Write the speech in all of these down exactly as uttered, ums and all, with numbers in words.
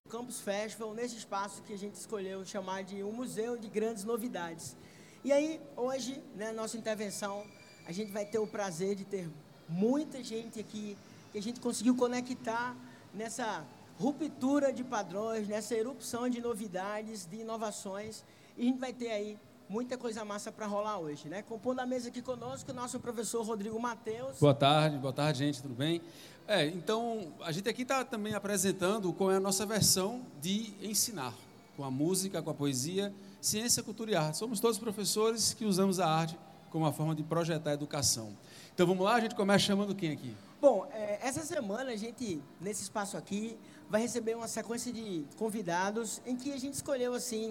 Campus Festival, nesse espaço que a gente escolheu chamar de um museu de grandes novidades. E aí, hoje, né, nossa intervenção, a gente vai ter o prazer de ter muita gente aqui, que a gente conseguiu conectar nessa ruptura de padrões, nessa erupção de novidades, de inovações, e a gente vai ter aí muita coisa massa para rolar hoje, né? Compondo a mesa aqui conosco, o nosso professor Rodrigo Matheus. Boa tarde, boa tarde, gente, tudo bem? É, então, a gente aqui está também apresentando qual é a nossa versão de ensinar, com a música, com a poesia, ciência, cultura e arte. Somos todos professores que usamos a arte como uma forma de projetar a educação. Então, vamos lá, a gente começa chamando quem aqui? Bom, é, essa semana a gente, nesse espaço aqui, vai receber uma sequência de convidados em que a gente escolheu, assim,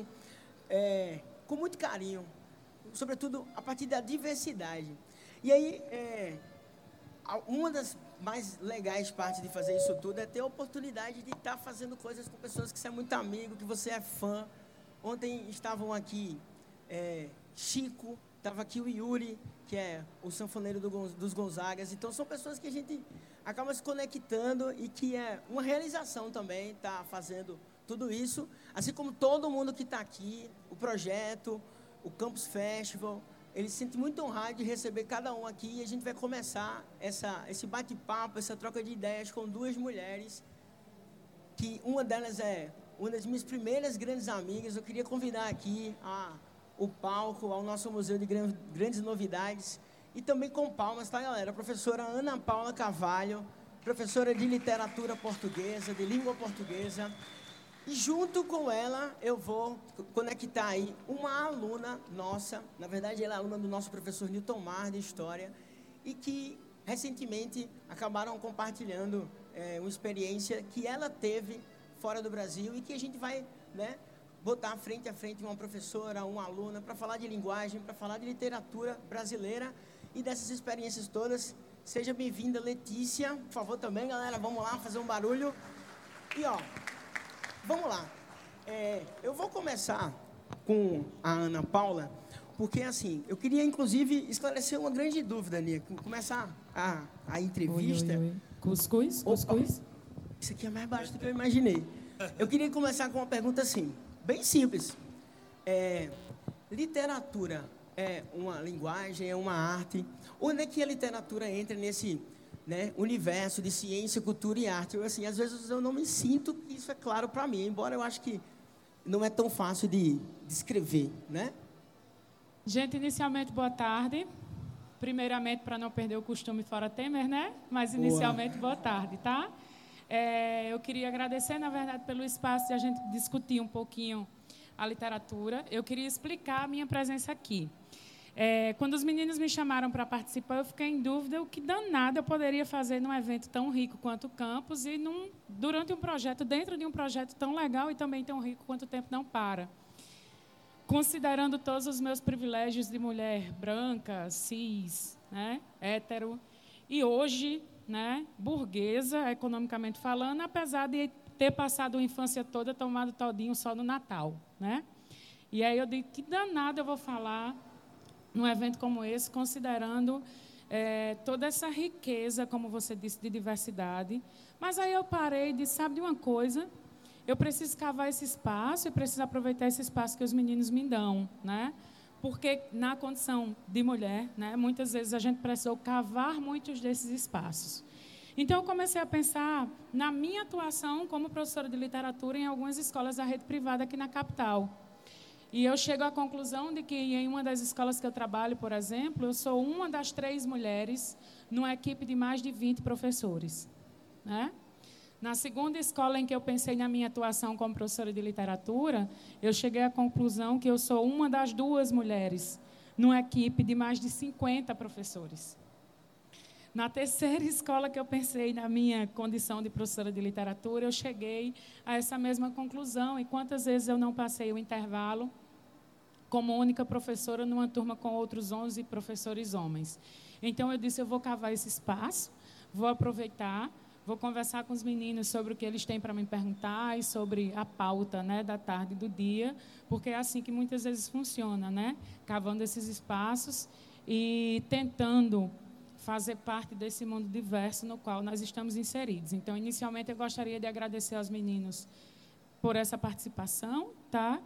é, com muito carinho, sobretudo a partir da diversidade. E aí, é, uma das mais legais partes de fazer isso tudo é ter a oportunidade de estar fazendo coisas com pessoas que você é muito amigo, que você é fã. Ontem estavam aqui é, Chico, estava aqui o Yuri, que é o sanfoneiro do, dos Gonzagas. Então, são pessoas que a gente acaba se conectando e que é uma realização também estar fazendo tudo isso, assim como todo mundo que está aqui, o projeto, o Campus Festival, ele se sente muito honrado de receber cada um aqui, e a gente vai começar essa, esse bate-papo, essa troca de ideias com duas mulheres, que uma delas é uma das minhas primeiras grandes amigas. Eu queria convidar aqui a, o palco, ao nosso Museu de Gran, Grandes Novidades, e também com palmas, tá, galera? A professora Ana Paula Carvalho, professora de literatura portuguesa, de língua portuguesa. E junto com ela, eu vou conectar aí uma aluna nossa, na verdade ela é aluna do nosso professor Newton Mar, de História, e que recentemente acabaram compartilhando é, uma experiência que ela teve fora do Brasil e que a gente vai, né, botar frente a frente uma professora, uma aluna, para falar de linguagem, para falar de literatura brasileira e dessas experiências todas. Seja bem-vinda, Letícia, por favor também, galera, vamos lá fazer um barulho. E ó... Vamos lá, é, eu vou começar com a Ana Paula, porque assim, eu queria inclusive esclarecer uma grande dúvida, Nia, começar a, a entrevista. Oi, oi, oi. Cuscuz? Cuscuz? Isso aqui é mais baixo do que eu imaginei. Eu queria começar com uma pergunta assim, bem simples. É, literatura é uma linguagem, é uma arte? Onde é que a literatura entra nesse... né, universo de ciência, cultura e arte? Eu, assim, às vezes eu não me sinto que isso é claro para mim, embora eu acho que não é tão fácil de descrever, né? Gente, inicialmente, boa tarde. Primeiramente, para não perder o costume fora Temer, né? Mas, inicialmente, boa, boa tarde, tá? É, eu queria agradecer, na verdade, pelo espaço de a gente discutir um pouquinho a literatura. Eu queria explicar a minha presença aqui. É, quando os meninos me chamaram para participar, eu fiquei em dúvida o que danado eu poderia fazer num evento tão rico quanto o Campus e num, durante um projeto, dentro de um projeto tão legal e também tão rico quanto o Tempo Não Para. Considerando todos os meus privilégios de mulher branca, cis, né, hétero, e hoje, né, burguesa, economicamente falando, apesar de ter passado a infância toda tomado todinho só no Natal, né? E aí eu digo, que danado eu vou falar num evento como esse, considerando é, toda essa riqueza, como você disse, de diversidade. Mas aí eu parei e disse, sabe de uma coisa? Eu preciso cavar esse espaço e preciso aproveitar esse espaço que os meninos me dão, né? Porque, na condição de mulher, né, muitas vezes a gente precisou cavar muitos desses espaços. Então, eu comecei a pensar na minha atuação como professora de literatura em algumas escolas da rede privada aqui na capital. E eu chego à conclusão de que, em uma das escolas que eu trabalho, por exemplo, eu sou uma das três mulheres numa equipe de mais de vinte professores, né? Na segunda escola em que eu pensei na minha atuação como professora de literatura, eu cheguei à conclusão que eu sou uma das duas mulheres numa equipe de mais de cinquenta professores. Na terceira escola que eu pensei na minha condição de professora de literatura, eu cheguei a essa mesma conclusão. E quantas vezes eu não passei o intervalo como única professora numa turma com outros onze professores homens. Então, eu disse, eu vou cavar esse espaço, vou aproveitar, vou conversar com os meninos sobre o que eles têm para me perguntar e sobre a pauta, né, da tarde e do dia, porque é assim que muitas vezes funciona, né? Cavando esses espaços e tentando fazer parte desse mundo diverso no qual nós estamos inseridos. Então, inicialmente, eu gostaria de agradecer aos meninos por essa participação, tá?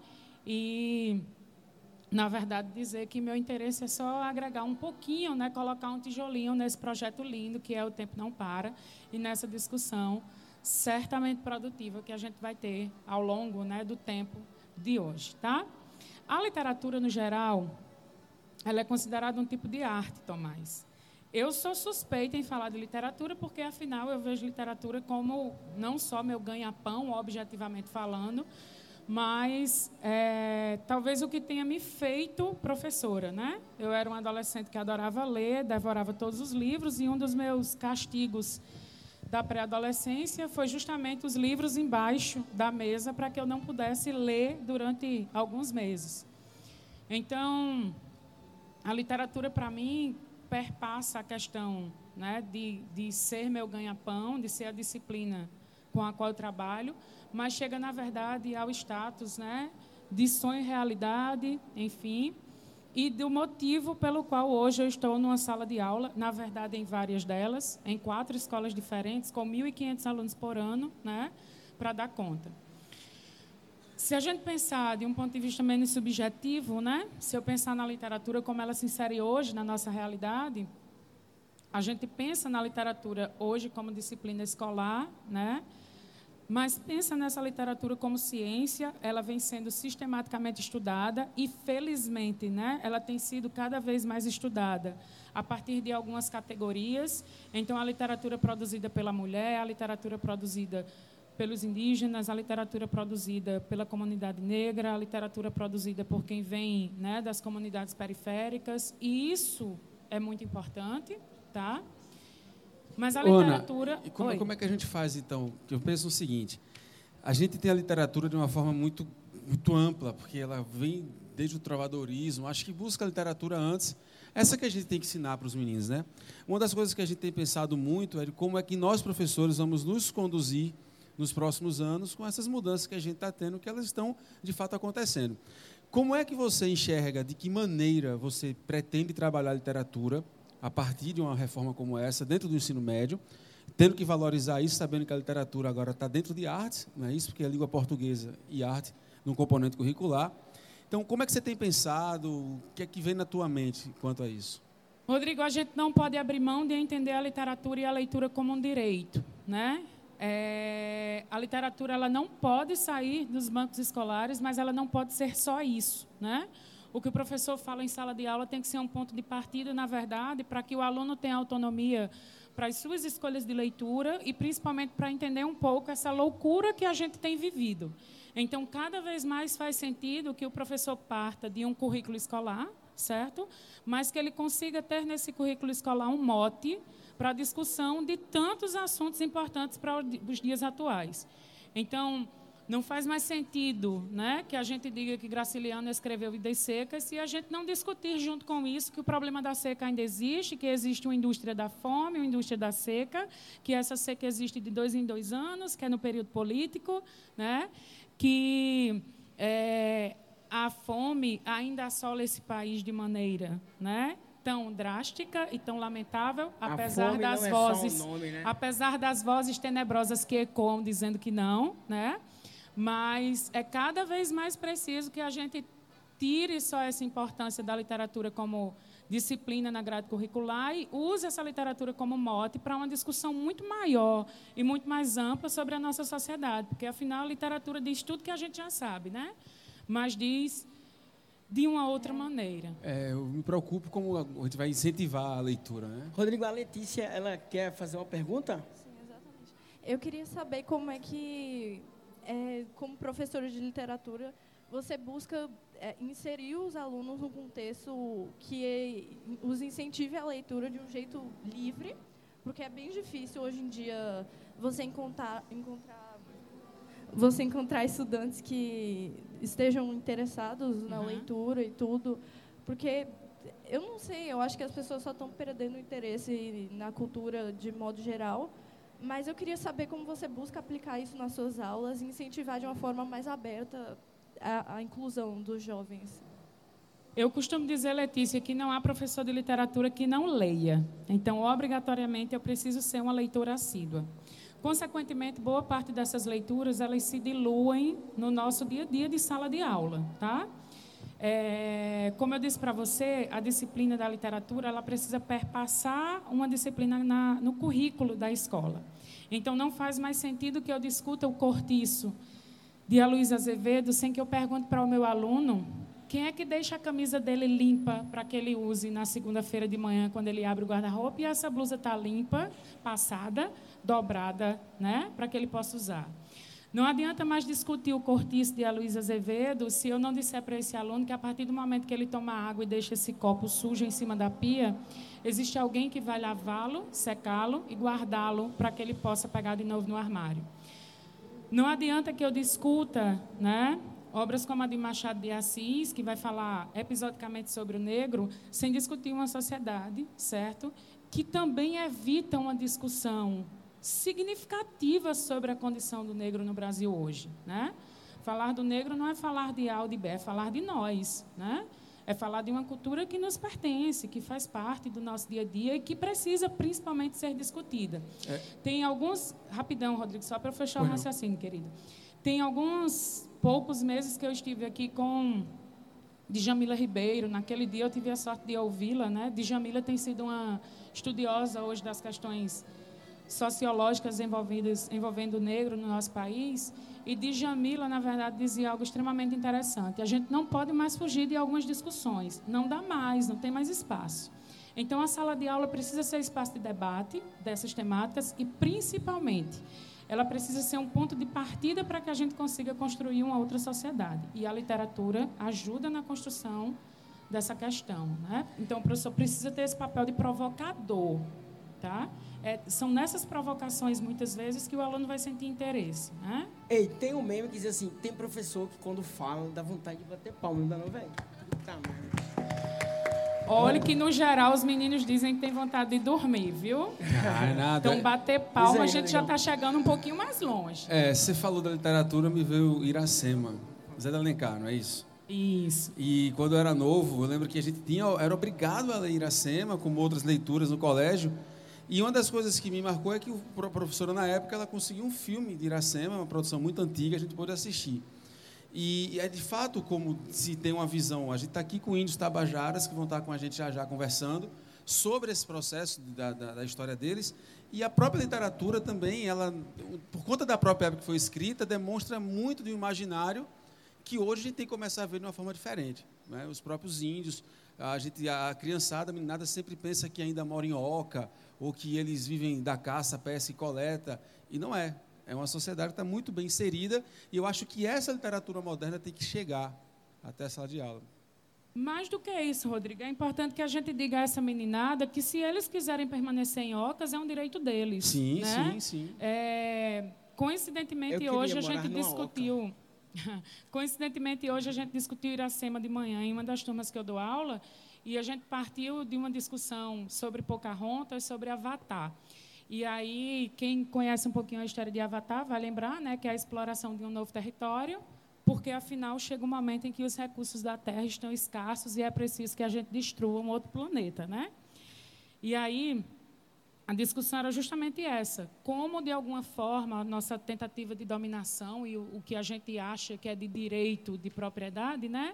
E, na verdade, dizer que meu interesse é só agregar um pouquinho, né, colocar um tijolinho nesse projeto lindo que é O Tempo Não Para e nessa discussão certamente produtiva que a gente vai ter ao longo, né, do tempo de hoje, tá? A literatura, no geral, ela é considerada um tipo de arte, Tomás. Eu sou suspeita em falar de literatura porque, afinal, eu vejo literatura como não só meu ganha-pão, objetivamente falando, mas é, talvez o que tenha me feito professora, né? Eu era uma adolescente que adorava ler, devorava todos os livros, e um dos meus castigos da pré-adolescência foi justamente os livros embaixo da mesa para que eu não pudesse ler durante alguns meses. Então, a literatura, para mim, perpassa a questão, né, de, de ser meu ganha-pão, de ser a disciplina com a qual eu trabalho, mas chega, na verdade, ao status, né, de sonho e realidade, enfim, e do motivo pelo qual hoje eu estou numa sala de aula, na verdade, em várias delas, em quatro escolas diferentes, com mil e quinhentos alunos por ano, né, para dar conta. Se a gente pensar de um ponto de vista menos subjetivo, né, se eu pensar na literatura como ela se insere hoje na nossa realidade, a gente pensa na literatura hoje como disciplina escolar, né, mas pensa nessa literatura como ciência, ela vem sendo sistematicamente estudada e, felizmente, né, ela tem sido cada vez mais estudada a partir de algumas categorias. Então, a literatura produzida pela mulher, a literatura produzida pelos indígenas, a literatura produzida pela comunidade negra, a literatura produzida por quem vem, né, das comunidades periféricas, e isso é muito importante, tá? Mas a literatura... Ana, e como, como é que a gente faz, então? Eu penso no seguinte, a gente tem a literatura de uma forma muito, muito ampla, porque ela vem desde o trovadorismo, acho que busca a literatura antes, essa que a gente tem que ensinar para os meninos, né? Uma das coisas que a gente tem pensado muito é de como é que nós, professores, vamos nos conduzir nos próximos anos com essas mudanças que a gente está tendo, que elas estão, de fato, acontecendo. Como é que você enxerga, de que maneira você pretende trabalhar a literatura a partir de uma reforma como essa, dentro do ensino médio, tendo que valorizar isso, sabendo que a literatura agora está dentro de artes, não é isso? Porque é língua portuguesa e arte num componente curricular. Então, como é que você tem pensado? O que é que vem na tua mente quanto a isso? Rodrigo, a gente não pode abrir mão de entender a literatura e a leitura como um direito, né? É, a literatura ela não pode sair dos bancos escolares, mas ela não pode ser só isso, né? O que o professor fala em sala de aula tem que ser um ponto de partida, na verdade, para que o aluno tenha autonomia para as suas escolhas de leitura e, principalmente, para entender um pouco essa loucura que a gente tem vivido. Então, cada vez mais faz sentido que o professor parta de um currículo escolar, certo? Mas que ele consiga ter nesse currículo escolar um mote para a discussão de tantos assuntos importantes para os dias atuais. Então, não faz mais sentido, né, que a gente diga que Graciliano escreveu Vidas Secas se a gente não discutir junto com isso que o problema da seca ainda existe, que existe uma indústria da fome, uma indústria da seca, que essa seca existe de dois em dois anos, que é no período político, né, que é, a fome ainda assola esse país de maneira, né, tão drástica e tão lamentável, apesar das vozes, um nome, né? apesar das vozes tenebrosas que ecoam dizendo que não, né? Mas é cada vez mais preciso que a gente tire só essa importância da literatura como disciplina na grade curricular e use essa literatura como mote para uma discussão muito maior e muito mais ampla sobre a nossa sociedade, porque, afinal, a literatura diz tudo que a gente já sabe, né? Mas diz de uma outra maneira. É, eu me preocupo como a gente vai incentivar a leitura, né? Rodrigo, a Letícia, ela quer fazer uma pergunta? Sim, exatamente. Eu queria saber como é que, é, como professora de literatura, você busca é, inserir os alunos num contexto que é, os incentive à leitura de um jeito livre, porque é bem difícil hoje em dia você encontrar, encontrar você encontrar estudantes que estejam interessados na uhum. leitura e tudo, porque eu não sei, eu acho que as pessoas só estão perdendo interesse na cultura de modo geral, mas eu queria saber como você busca aplicar isso nas suas aulas e incentivar de uma forma mais aberta a, a inclusão dos jovens. Eu costumo dizer, Letícia, que não há professor de literatura que não leia. Então, obrigatoriamente, eu preciso ser uma leitora assídua. Consequentemente, boa parte dessas leituras, elas se diluem no nosso dia a dia de sala de aula, tá? É, como eu disse para você, a disciplina da literatura, ela precisa perpassar uma disciplina na, no currículo da escola. Então, não faz mais sentido que eu discuta o Cortiço de Aloysio Azevedo sem que eu pergunte para o meu aluno quem é que deixa a camisa dele limpa para que ele use na segunda-feira de manhã, quando ele abre o guarda-roupa, e essa blusa está limpa, passada, dobrada, né, para que ele possa usar. Não adianta mais discutir o Cortiço de Aloysio Azevedo se eu não disser para esse aluno que, a partir do momento que ele toma água e deixa esse copo sujo em cima da pia, existe alguém que vai lavá-lo, secá-lo e guardá-lo para que ele possa pegar de novo no armário. Não adianta que eu discuta, né, obras como a de Machado de Assis, que vai falar episodicamente sobre o negro, sem discutir uma sociedade, certo? Que também evita uma discussão significativa sobre a condição do negro no Brasil hoje, né? Falar do negro não é falar de A ou de B, é falar de nós, né? É falar de uma cultura que nos pertence, que faz parte do nosso dia a dia e que precisa principalmente ser discutida. É. Tem alguns... Rapidão, Rodrigo, só para fechar o raciocínio, querido. Tem alguns poucos meses que eu estive aqui com Djamila Ribeiro. Naquele dia eu tive a sorte de ouvi-la, né? Djamila tem sido uma estudiosa hoje das questões sociológicas envolvidas, envolvendo o negro no nosso país, e Djamila, na verdade, dizia algo extremamente interessante. A gente não pode mais fugir de algumas discussões, não dá mais, não tem mais espaço. Então, a sala de aula precisa ser espaço de debate dessas temáticas e, principalmente, ela precisa ser um ponto de partida para que a gente consiga construir uma outra sociedade. E a literatura ajuda na construção dessa questão, né? Então, o professor precisa ter esse papel de provocador, tá? É, são nessas provocações, muitas vezes, que o aluno vai sentir interesse, né? Ei, tem um meme que diz assim, tem professor que, quando fala, dá vontade de bater palma, não dá não, velho? Tá, olha que, no geral, os meninos dizem que tem vontade de dormir, viu? Ah, é nada. Então, bater palma, aí, a gente né, já está chegando um pouquinho mais longe. É, você falou da literatura, me veio Iracema, Zé de Alencar, não é isso? Isso. E quando eu era novo, eu lembro que a gente tinha, era obrigado a ler Iracema, como outras leituras no colégio. E uma das coisas que me marcou é que a professora, na época, ela conseguiu um filme de Iracema, uma produção muito antiga, a gente pôde assistir. E é, de fato, como se tem uma visão, a gente está aqui com índios tabajaras, que vão estar com a gente já já conversando sobre esse processo da, da, da história deles. E a própria literatura também, ela, por conta da própria época que foi escrita, demonstra muito do imaginário que hoje a gente tem que começar a ver de uma forma diferente, né? Os próprios índios, a, gente, a criançada, a meninada sempre pensa que ainda mora em oca, ou que eles vivem da caça, pesca e coleta, e não é. É uma sociedade que está muito bem inserida, e eu acho que essa literatura moderna tem que chegar até a sala de aula. Mais do que isso, Rodrigo, é importante que a gente diga a essa meninada que, se eles quiserem permanecer em ocas, é um direito deles. Sim, né? sim, sim. É, coincidentemente, hoje a gente discutiu... Coincidentemente, hoje a gente discutiu Iracema de manhã em uma das turmas que eu dou aula, e a gente partiu de uma discussão sobre Pocahontas, sobre Avatar. E aí, quem conhece um pouquinho a história de Avatar vai lembrar, né, que é a exploração de um novo território, porque, afinal, chega um momento em que os recursos da Terra estão escassos e é preciso que a gente destrua um outro planeta, né? E aí, a discussão era justamente essa. Como, de alguma forma, a nossa tentativa de dominação e o, o que a gente acha que é de direito de propriedade, né,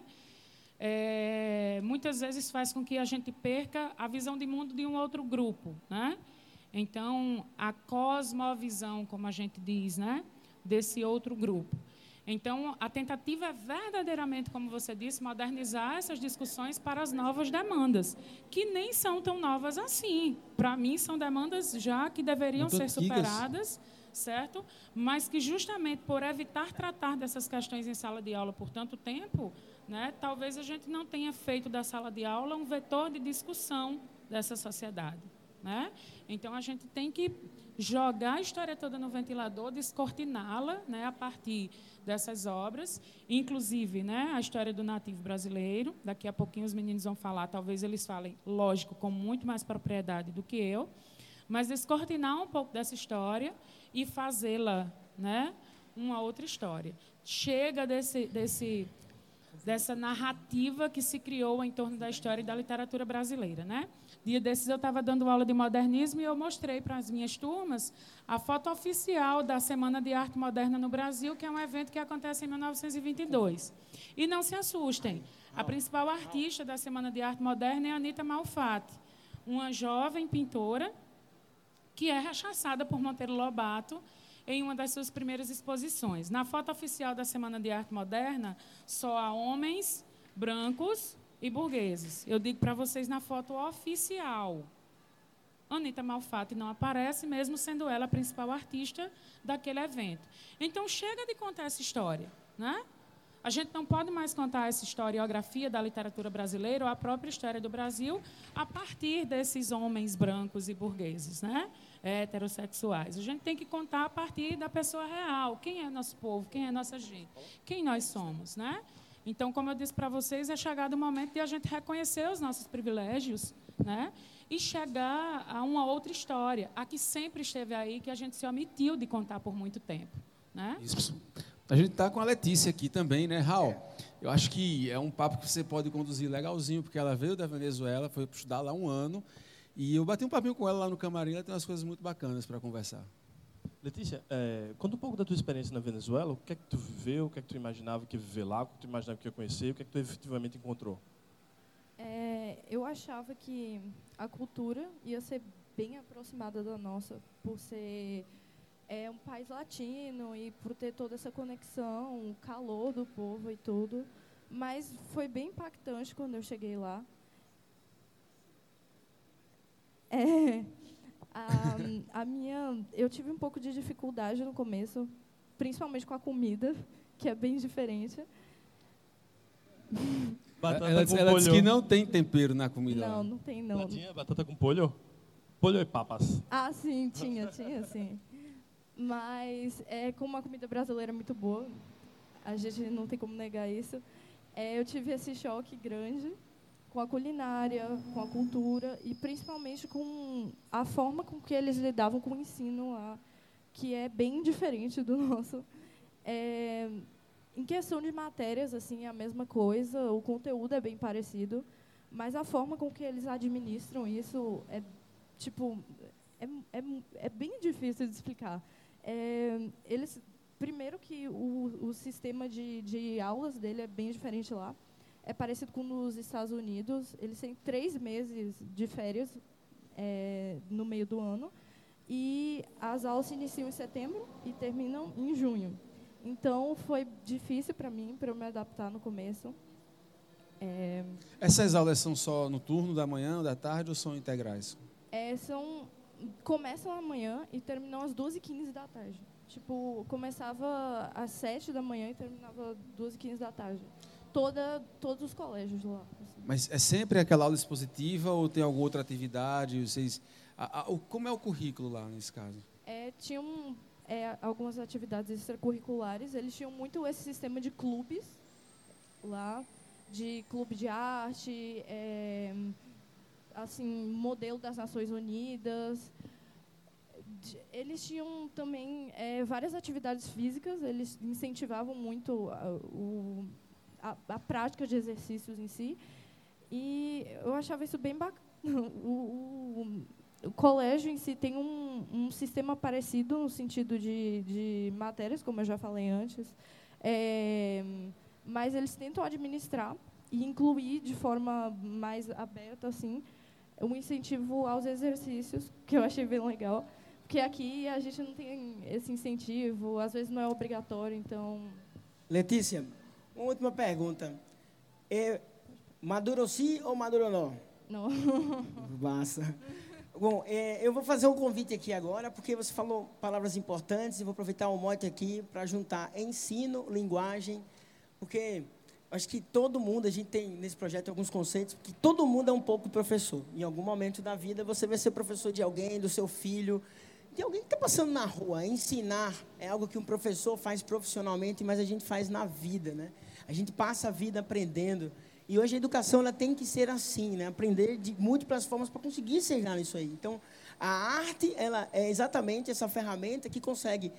é, muitas vezes faz com que a gente perca a visão de mundo de um outro grupo, né? Então, a cosmovisão, como a gente diz, né, desse outro grupo. Então, a tentativa é verdadeiramente, como você disse, modernizar essas discussões para as novas demandas, que nem são tão novas assim. Para mim, são demandas já que deveriam ser superadas, certo? Mas que, justamente por evitar tratar dessas questões em sala de aula por tanto tempo, né, talvez a gente não tenha feito da sala de aula um vetor de discussão dessa sociedade, né? Então, a gente tem que jogar a história toda no ventilador, descortiná-la, né, a partir dessas obras, inclusive, né, a história do nativo brasileiro. Daqui a pouquinho os meninos vão falar, talvez eles falem, lógico, com muito mais propriedade do que eu, mas descortinar um pouco dessa história e fazê-la, né, uma outra história. Chega desse, desse dessa narrativa que se criou em torno da história e da literatura brasileira, né? Dia desses eu estava dando aula de modernismo e eu mostrei para as minhas turmas a foto oficial da Semana de Arte Moderna no Brasil, que é um evento que acontece em mil novecentos e vinte e dois. E não se assustem, a principal artista da Semana de Arte Moderna é Anita Malfatti, uma jovem pintora que é rechaçada por Monteiro Lobato em uma das suas primeiras exposições. Na foto oficial da Semana de Arte Moderna, só há homens brancos e burgueses. Eu digo para vocês na foto oficial. Anita Malfatti não aparece, mesmo sendo ela a principal artista daquele evento. Então, chega de contar essa história, né? A gente não pode mais contar essa historiografia da literatura brasileira ou a própria história do Brasil a partir desses homens brancos e burgueses, né? Heterossexuais. A gente tem que contar a partir da pessoa real. Quem é nosso povo? Quem é nossa gente? Quem nós somos, né? Então, como eu disse para vocês, é chegado o momento de a gente reconhecer os nossos privilégios, né? E chegar a uma outra história, a que sempre esteve aí, que a gente se omitiu de contar por muito tempo, né? Isso. A gente está com a Letícia aqui também, né, Raul? Eu acho que é um papo que você pode conduzir legalzinho, porque ela veio da Venezuela, foi estudar lá um ano, e eu bati um papinho com ela lá no camarim, ela tem umas coisas muito bacanas para conversar. Letícia, é, conta um pouco da tua experiência na Venezuela. O que é que tu viveu, o que é que tu imaginava que ia viver lá, o que tu imaginava que ia conhecer, o que é que tu efetivamente encontrou? É, eu achava que a cultura ia ser bem aproximada da nossa, por ser é, um país latino e por ter toda essa conexão, o calor do povo e tudo. Mas foi bem impactante quando eu cheguei lá. É... A, a minha, eu tive um pouco de dificuldade no começo, principalmente com a comida, que é bem diferente. Batata ela, com ela disse que não tem tempero na comida. Não, não tem não. Lá tinha batata com polho? Polho e papas. Ah, sim, tinha, tinha, sim. Mas é, como uma comida brasileira é muito boa, a gente não tem como negar isso. É, eu tive esse choque grande com a culinária, com a cultura e principalmente com a forma com que eles lidavam com o ensino lá, que é bem diferente do nosso. É, em questão de matérias, assim, é a mesma coisa, o conteúdo é bem parecido, mas a forma com que eles administram isso é, tipo, é, é, é bem difícil de explicar. É, eles, primeiro que o, o sistema de, de aulas dele é bem diferente lá. É parecido com nos Estados Unidos. Eles têm três meses de férias é, no meio do ano. E as aulas se iniciam em setembro e terminam em junho. Então, foi difícil para mim, para eu me adaptar no começo. É, Essas aulas são só no turno da manhã, da tarde, ou são integrais? É, são, começam amanhã e terminam às duas e quinze da tarde. Tipo, começava às sete da manhã e terminava às duas e quinze da tarde. Toda, todos os colégios lá. Assim. Mas é sempre aquela aula expositiva ou tem alguma outra atividade? Vocês, a, a, o, como é o currículo lá, nesse caso? É, tinham é, algumas atividades extracurriculares. Eles tinham muito esse sistema de clubes lá, de clube de arte, é, assim, modelo das Nações Unidas. Eles tinham também é, várias atividades físicas. Eles incentivavam muito a, o A, a prática de exercícios em si, e eu achava isso bem bacana. O, o, o colégio em si tem um, um sistema parecido no sentido de, de matérias, como eu já falei antes, é, mas eles tentam administrar e incluir de forma mais aberta assim, um incentivo aos exercícios, que eu achei bem legal, porque aqui a gente não tem esse incentivo, às vezes não é obrigatório, então... Letícia, uma última pergunta. É maduro sim ou maduro não? Não. Massa. Bom, é, eu vou fazer um convite aqui agora, porque você falou palavras importantes, e vou aproveitar o mote aqui para juntar ensino, linguagem, porque acho que todo mundo, a gente tem nesse projeto alguns conceitos, que todo mundo é um pouco professor. Em algum momento da vida, você vai ser professor de alguém, do seu filho, de alguém que está passando na rua. Ensinar é algo que um professor faz profissionalmente, mas a gente faz na vida, né? A gente passa a vida aprendendo. E hoje a educação ela tem que ser assim, né? Aprender de múltiplas formas para conseguir chegar nisso aí. Então, a arte ela é exatamente essa ferramenta que consegue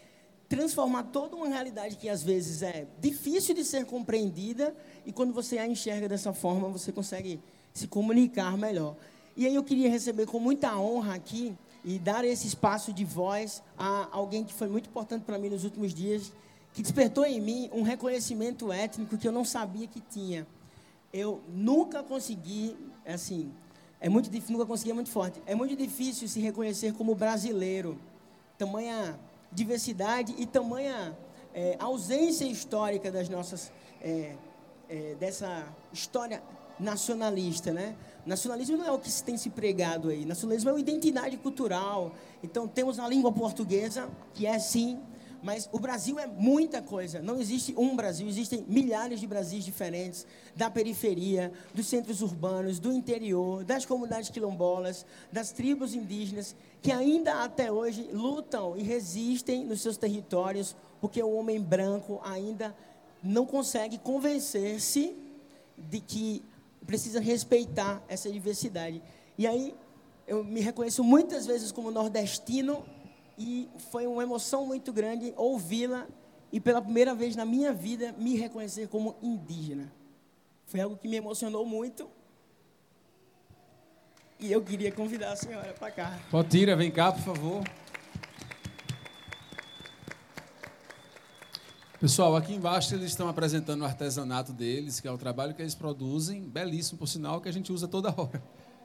transformar toda uma realidade que às vezes é difícil de ser compreendida, e quando você a enxerga dessa forma, você consegue se comunicar melhor. E aí eu queria receber com muita honra aqui e dar esse espaço de voz a alguém que foi muito importante para mim nos últimos dias, que despertou em mim um reconhecimento étnico que eu não sabia que tinha. Eu nunca consegui, assim, é muito difícil, nunca consegui, é muito forte, é muito difícil se reconhecer como brasileiro, tamanha diversidade e tamanha é, ausência histórica das nossas, é, é, dessa história nacionalista, né? Nacionalismo não é o que se tem se pregado aí, nacionalismo é uma identidade cultural. Então, temos a língua portuguesa, que é sim, mas o Brasil é muita coisa. Não existe um Brasil, existem milhares de Brasis diferentes, da periferia, dos centros urbanos, do interior, das comunidades quilombolas, das tribos indígenas, que ainda até hoje lutam e resistem nos seus territórios, porque o homem branco ainda não consegue convencer-se de que precisa respeitar essa diversidade. E aí, eu me reconheço muitas vezes como nordestino, e foi uma emoção muito grande ouvi-la e, pela primeira vez na minha vida, me reconhecer como indígena. Foi algo que me emocionou muito. E eu queria convidar a senhora para cá. Potira, vem cá, por favor. Pessoal, aqui embaixo eles estão apresentando o artesanato deles, que é o trabalho que eles produzem, belíssimo, por sinal, que a gente usa toda hora.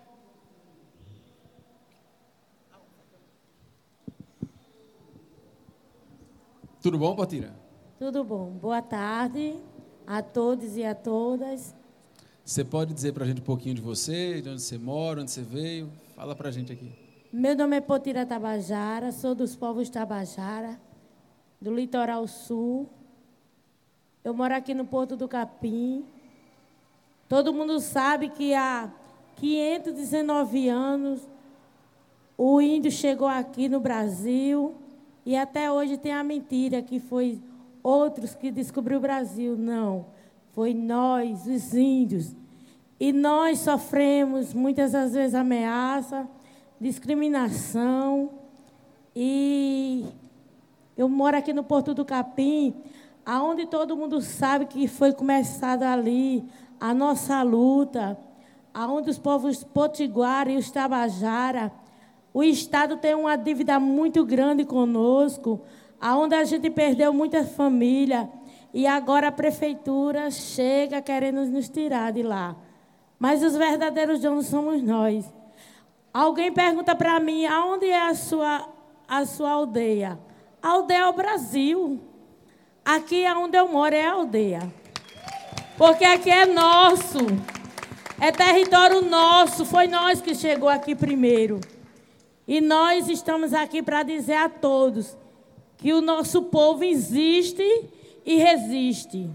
Tudo bom, Potira? Tudo bom. Boa tarde a todos e a todas. Você pode dizer para a gente um pouquinho de você, de onde você mora, onde você veio? Fala para a gente aqui. Meu nome é Potira Tabajara, sou dos povos Tabajara, do litoral sul. Eu moro aqui no Porto do Capim. Todo mundo sabe que há quinhentos e dezenove anos o índio chegou aqui no Brasil. E até hoje tem a mentira que foi outros que descobriu o Brasil. Não, foi nós, os índios. E nós sofremos muitas das vezes ameaça, discriminação. E eu moro aqui no Porto do Capim, aonde todo mundo sabe que foi começada ali a nossa luta, aonde os povos potiguara e os tabajara. O Estado tem uma dívida muito grande conosco, onde a gente perdeu muita família, e agora a prefeitura chega querendo nos tirar de lá. Mas os verdadeiros donos somos nós. Alguém pergunta para mim, aonde é a sua, a sua aldeia? A aldeia é o Brasil. Aqui onde eu moro é a aldeia. Porque aqui é nosso. É território nosso. Foi nós que chegou aqui primeiro. E nós estamos aqui para dizer a todos que o nosso povo existe e resiste.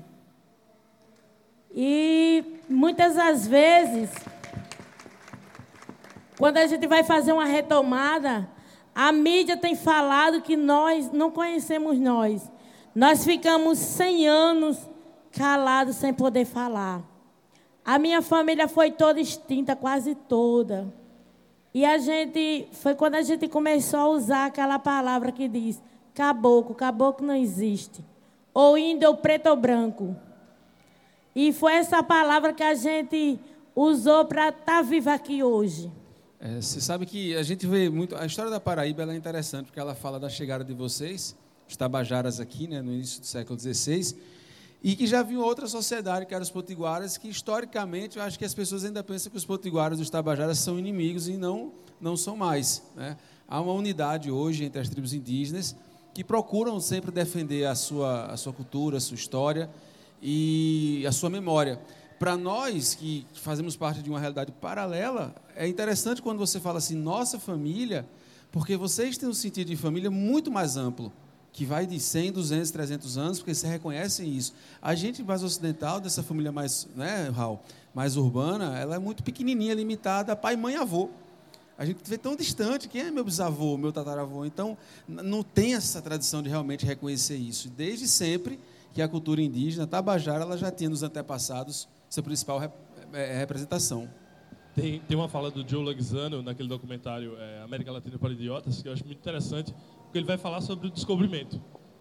E muitas das vezes, quando a gente vai fazer uma retomada, a mídia tem falado que nós não conhecemos nós. Nós ficamos cem anos calados sem poder falar. A minha família foi toda extinta, quase toda. E a gente, foi quando a gente começou a usar aquela palavra que diz caboclo, caboclo não existe. Ou índio, ou preto ou branco. E foi essa palavra que a gente usou para estar viva aqui hoje. É, você sabe que a gente vê muito... A história da Paraíba ela é interessante, porque ela fala da chegada de vocês, os tabajaras aqui, né, no início do século dezesseis, e que já viu outra sociedade, que eram os potiguaras, que historicamente eu acho que as pessoas ainda pensam que os potiguaras e os tabajaras são inimigos e não, não são mais, né? Há uma unidade hoje entre as tribos indígenas que procuram sempre defender a sua, a sua cultura, a sua história e a sua memória. Para nós, que fazemos parte de uma realidade paralela, é interessante quando você fala assim, nossa família, porque vocês têm um sentido de família muito mais amplo, que vai de cem, duzentos, trezentos anos, porque vocês reconhecem isso. A gente mais ocidental, dessa família mais, né, Raul, mais urbana, ela é muito pequenininha, limitada a pai, mãe e avô. A gente vê tão distante, quem é meu bisavô, meu tataravô? Então, não tem essa tradição de realmente reconhecer isso. Desde sempre que a cultura indígena, tabajara, ela já tinha nos antepassados sua principal rep é, representação. Tem, tem uma fala do Joe Laguizano, naquele documentário é, América Latina para Idiotas, que eu acho muito interessante, porque ele vai falar sobre o descobrimento.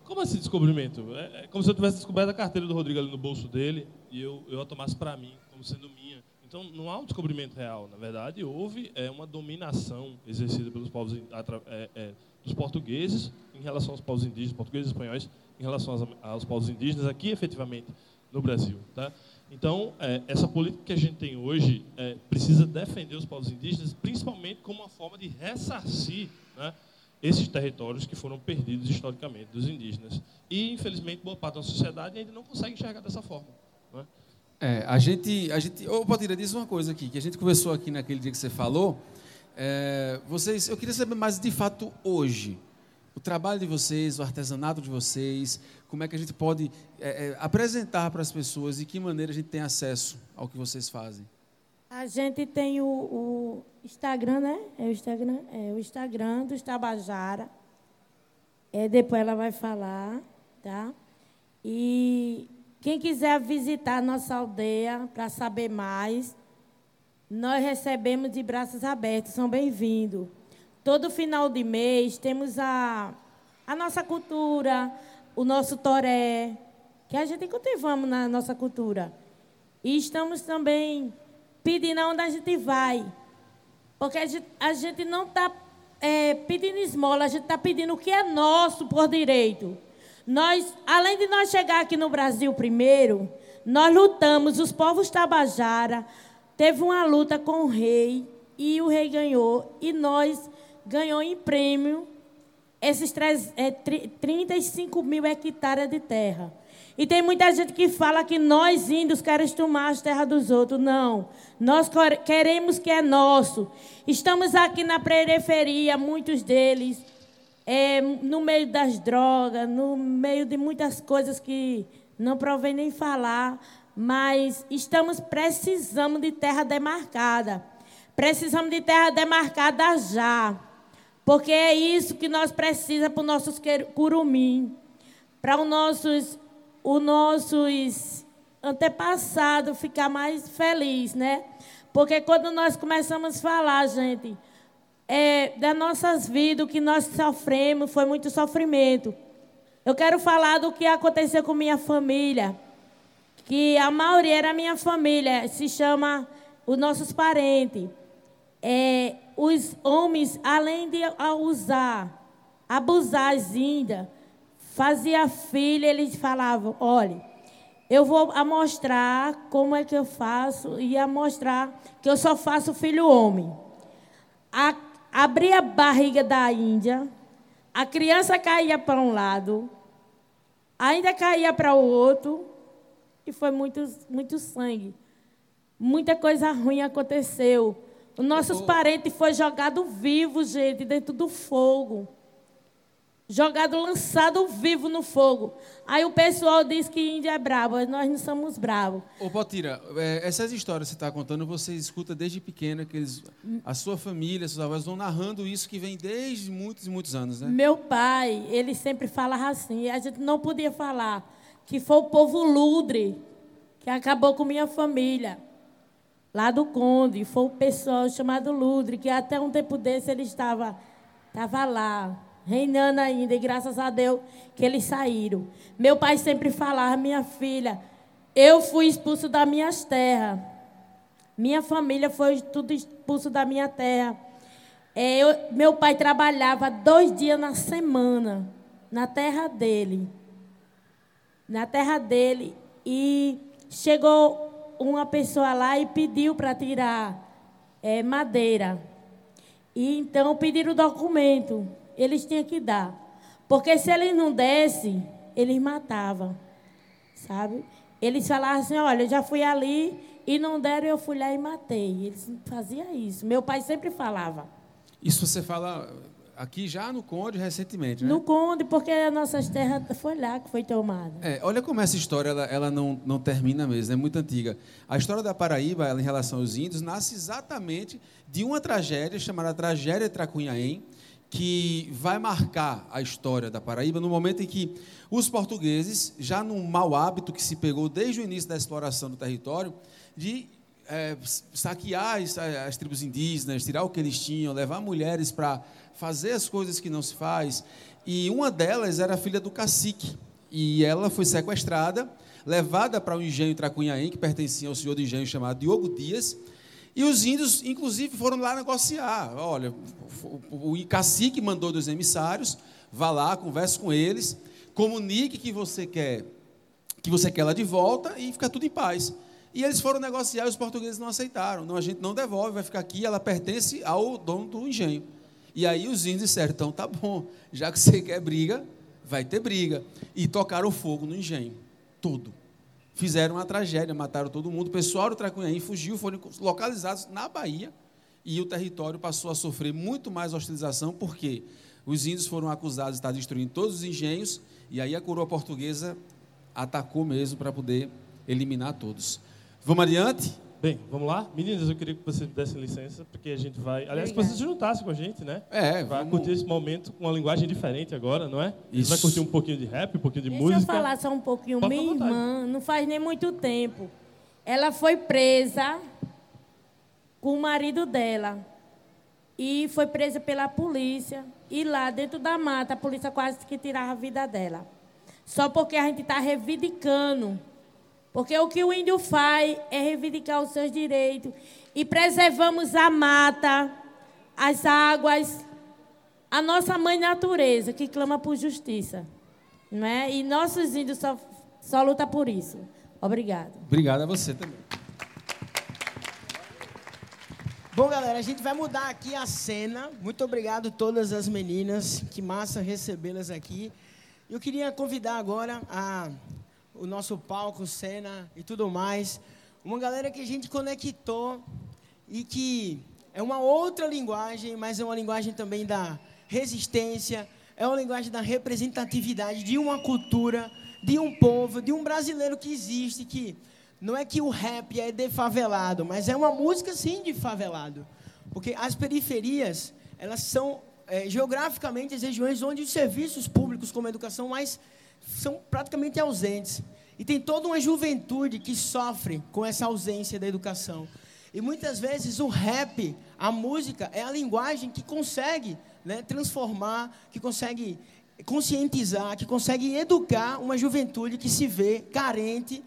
Como assim descobrimento? É, é como se eu tivesse descoberto a carteira do Rodrigo ali no bolso dele e eu, eu a tomasse para mim, como sendo minha. Então, não há um descobrimento real. Na verdade, houve é, uma dominação exercida pelos povos é, é, dos portugueses em relação aos povos indígenas, portugueses e espanhóis, em relação aos, aos povos indígenas aqui, efetivamente, no Brasil. Tá? Então, é, essa política que a gente tem hoje é, precisa defender os povos indígenas, principalmente como uma forma de ressarcir, né, esses territórios que foram perdidos historicamente dos indígenas. E, infelizmente, boa parte da sociedade ainda não consegue enxergar dessa forma. Né? É, a gente... A gente ô, Potira, diz uma coisa aqui, que a gente conversou aqui naquele dia que você falou. É, vocês, eu queria saber mais, de fato, hoje, o trabalho de vocês, o artesanato de vocês, como é que a gente pode é, é, apresentar para as pessoas, de que maneira a gente tem acesso ao que vocês fazem. A gente tem o, o Instagram, né? É o Instagram, é o Instagram dos Tabajara. É, depois ela vai falar, tá? E quem quiser visitar a nossa aldeia para saber mais, nós recebemos de braços abertos, são bem-vindos. Todo final de mês temos a, a nossa cultura, o nosso toré, que a gente cultivamos na nossa cultura. E estamos também pedindo aonde a gente vai. Porque a gente, a gente não está é, pedindo esmola, a gente está pedindo o que é nosso por direito. Nós, além de nós chegar aqui no Brasil primeiro, nós lutamos, os povos Tabajara, teve uma luta com o rei, e o rei ganhou, e nós ganhou em prêmio esses trinta e cinco mil hectares de terra. E tem muita gente que fala que nós, índios, queremos tomar as terras dos outros. Não. Nós queremos que é nosso. Estamos aqui na periferia, muitos deles, é, no meio das drogas, no meio de muitas coisas que não provém nem falar, mas estamos precisando de terra demarcada. Precisamos de terra demarcada já. Porque é isso que nós precisamos para os nossos curumim, para os nossos, os nossos antepassados ficar mais felizes, né? Porque quando nós começamos a falar, gente, é, das nossas vidas, o que nós sofremos, foi muito sofrimento. Eu quero falar do que aconteceu com minha família, que a maioria era minha família, se chama os nossos parentes. É, os homens, além de usar, abusar as índias, fazia filha, eles falavam, olha, eu vou mostrar como é que eu faço, e a mostrar que eu só faço filho homem. A, abria a barriga da índia, a criança caía para um lado, ainda caía para o outro, e foi muito, muito sangue. Muita coisa ruim aconteceu. Os nossos parentes foram jogados vivos, gente, dentro do fogo. Jogado, lançado vivo no fogo. Aí o pessoal diz que índio é bravo, nós não somos bravos. Ô, Potira, essas histórias que você está contando, você escuta desde pequena, que eles, a sua família, seus avós vão narrando isso que vem desde muitos e muitos anos, né? Meu pai, ele sempre falava assim, e a gente não podia falar, que foi o povo Ludre que acabou com minha família. Lá do Conde, foi o pessoal chamado Ludre, que até um tempo desse ele estava, estava lá, reinando ainda, e graças a Deus que eles saíram. Meu pai sempre falava, minha filha, eu fui expulso das minhas terras. Minha família foi tudo expulso da minha terra. É, eu, meu pai trabalhava dois dias na semana, na terra dele. Na terra dele. E chegou uma pessoa lá e pediu para tirar é, madeira. E então pediram o documento. Eles tinham que dar. Porque se eles não dessem, eles matavam. Sabe? Eles falavam assim, olha, eu já fui ali e não deram, eu fui lá e matei. Eles faziam isso. Meu pai sempre falava. Isso você fala aqui já no Conde, recentemente, né? No Conde, porque as nossas terras foi lá que foi tomada. É, olha como essa história ela, ela não, não termina mesmo, é muito antiga. A história da Paraíba, ela, em relação aos índios, nasce exatamente de uma tragédia chamada Tragédia Tracunhaém, que vai marcar a história da Paraíba no momento em que os portugueses, já num mau hábito que se pegou desde o início da exploração do território, de é, saquear as, as tribos indígenas, tirar o que eles tinham, levar mulheres para fazer as coisas que não se faz. e uma delas era a filha do cacique, e ela foi sequestrada, levada para um engenho Tracunhaém, que pertencia ao senhor do engenho chamado Diogo Dias, e os índios, inclusive, foram lá negociar. Olha, o, o cacique mandou dos emissários, vá lá, converse com eles, comunique que você quer, que você quer ela de volta e fica tudo em paz. E eles foram negociar e os portugueses não aceitaram. Não, a gente não devolve, vai ficar aqui, ela pertence ao dono do engenho. E aí os índios disseram, então tá bom, já que você quer briga, vai ter briga. E tocaram fogo no engenho, todo. Fizeram uma tragédia, mataram todo mundo. O pessoal do Tracunhaém fugiu, foram localizados na Bahia, e o território passou a sofrer muito mais hostilização, porque os índios foram acusados de estar destruindo todos os engenhos, e aí a coroa portuguesa atacou mesmo para poder eliminar todos. Vamos adiante? Bem, vamos lá? Meninas, eu queria que vocês me dessem licença, porque a gente vai... Aliás, que Obrigada. vocês se juntassem com a gente, né? É, Vai vamos... curtir esse momento com uma linguagem diferente agora, não é? Isso. Vai curtir um pouquinho de rap, um pouquinho de Deixa música. eu falar só um pouquinho. Pode Minha ficar à vontade. irmã, não faz nem muito tempo, ela foi presa com o marido dela. E foi presa pela polícia. E lá, dentro da mata, a polícia quase que tirava a vida dela. Só porque a gente está reivindicando. Porque o que o índio faz é reivindicar os seus direitos. E preservamos a mata, as águas, a nossa mãe natureza, que clama por justiça. Não é? E nossos índios só, só lutam por isso. Obrigada. Obrigado a você também. Bom, galera, a gente vai mudar aqui a cena. Muito obrigado a todas as meninas. Que massa recebê-las aqui. Eu queria convidar agora a, o nosso palco, cena e tudo mais. Uma galera que a gente conectou e que é uma outra linguagem, mas é uma linguagem também da resistência, é uma linguagem da representatividade de uma cultura, de um povo, de um brasileiro que existe, que não é que o rap é de favelado, mas é uma música, sim, de favelado. Porque as periferias, elas são, é, geograficamente, as regiões onde os serviços públicos, como a educação, mais, são praticamente ausentes. E tem toda uma juventude que sofre com essa ausência da educação. E, muitas vezes, o rap, a música, é a linguagem que consegue, né, transformar, que consegue conscientizar, que consegue educar uma juventude que se vê carente,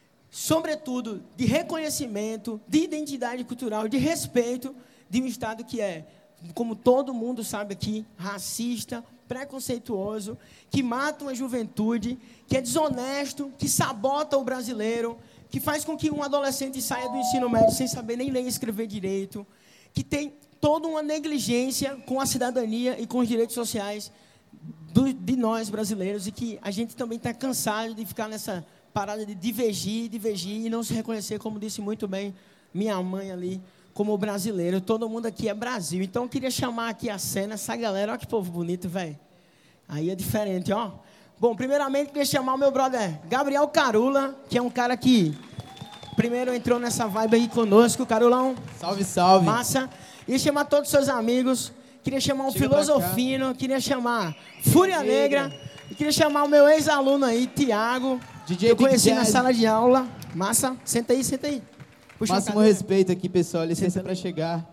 sobretudo, de reconhecimento, de identidade cultural, de respeito de um Estado que é, como todo mundo sabe aqui, racista, preconceituoso, que mata uma juventude, que é desonesto, que sabota o brasileiro, que faz com que um adolescente saia do ensino médio sem saber nem ler e escrever direito, que tem toda uma negligência com a cidadania e com os direitos sociais do, de nós brasileiros, e que a gente também está cansado de ficar nessa parada de divergir, divergir e não se reconhecer, como disse muito bem minha mãe ali, como brasileiro. Todo mundo aqui é Brasil. Então, eu queria chamar aqui a cena, essa galera. Olha que povo bonito, velho. Aí é diferente, ó. Bom, primeiramente, eu queria chamar o meu brother Gabriel Carula, que é um cara que primeiro entrou nessa vibe aí conosco. Carulão. Salve, salve. Massa. Queria chamar todos os seus amigos. Queria chamar um Chega pra Filosofino. Queria chamar Fúria Negra. E queria chamar o meu ex-aluno aí, Tiago. D J que eu Big conheci na Jazz. sala de aula. Massa. Senta aí, senta aí. Puxa a Máximo cadeira. respeito aqui, pessoal. Licença Senta para aí. chegar.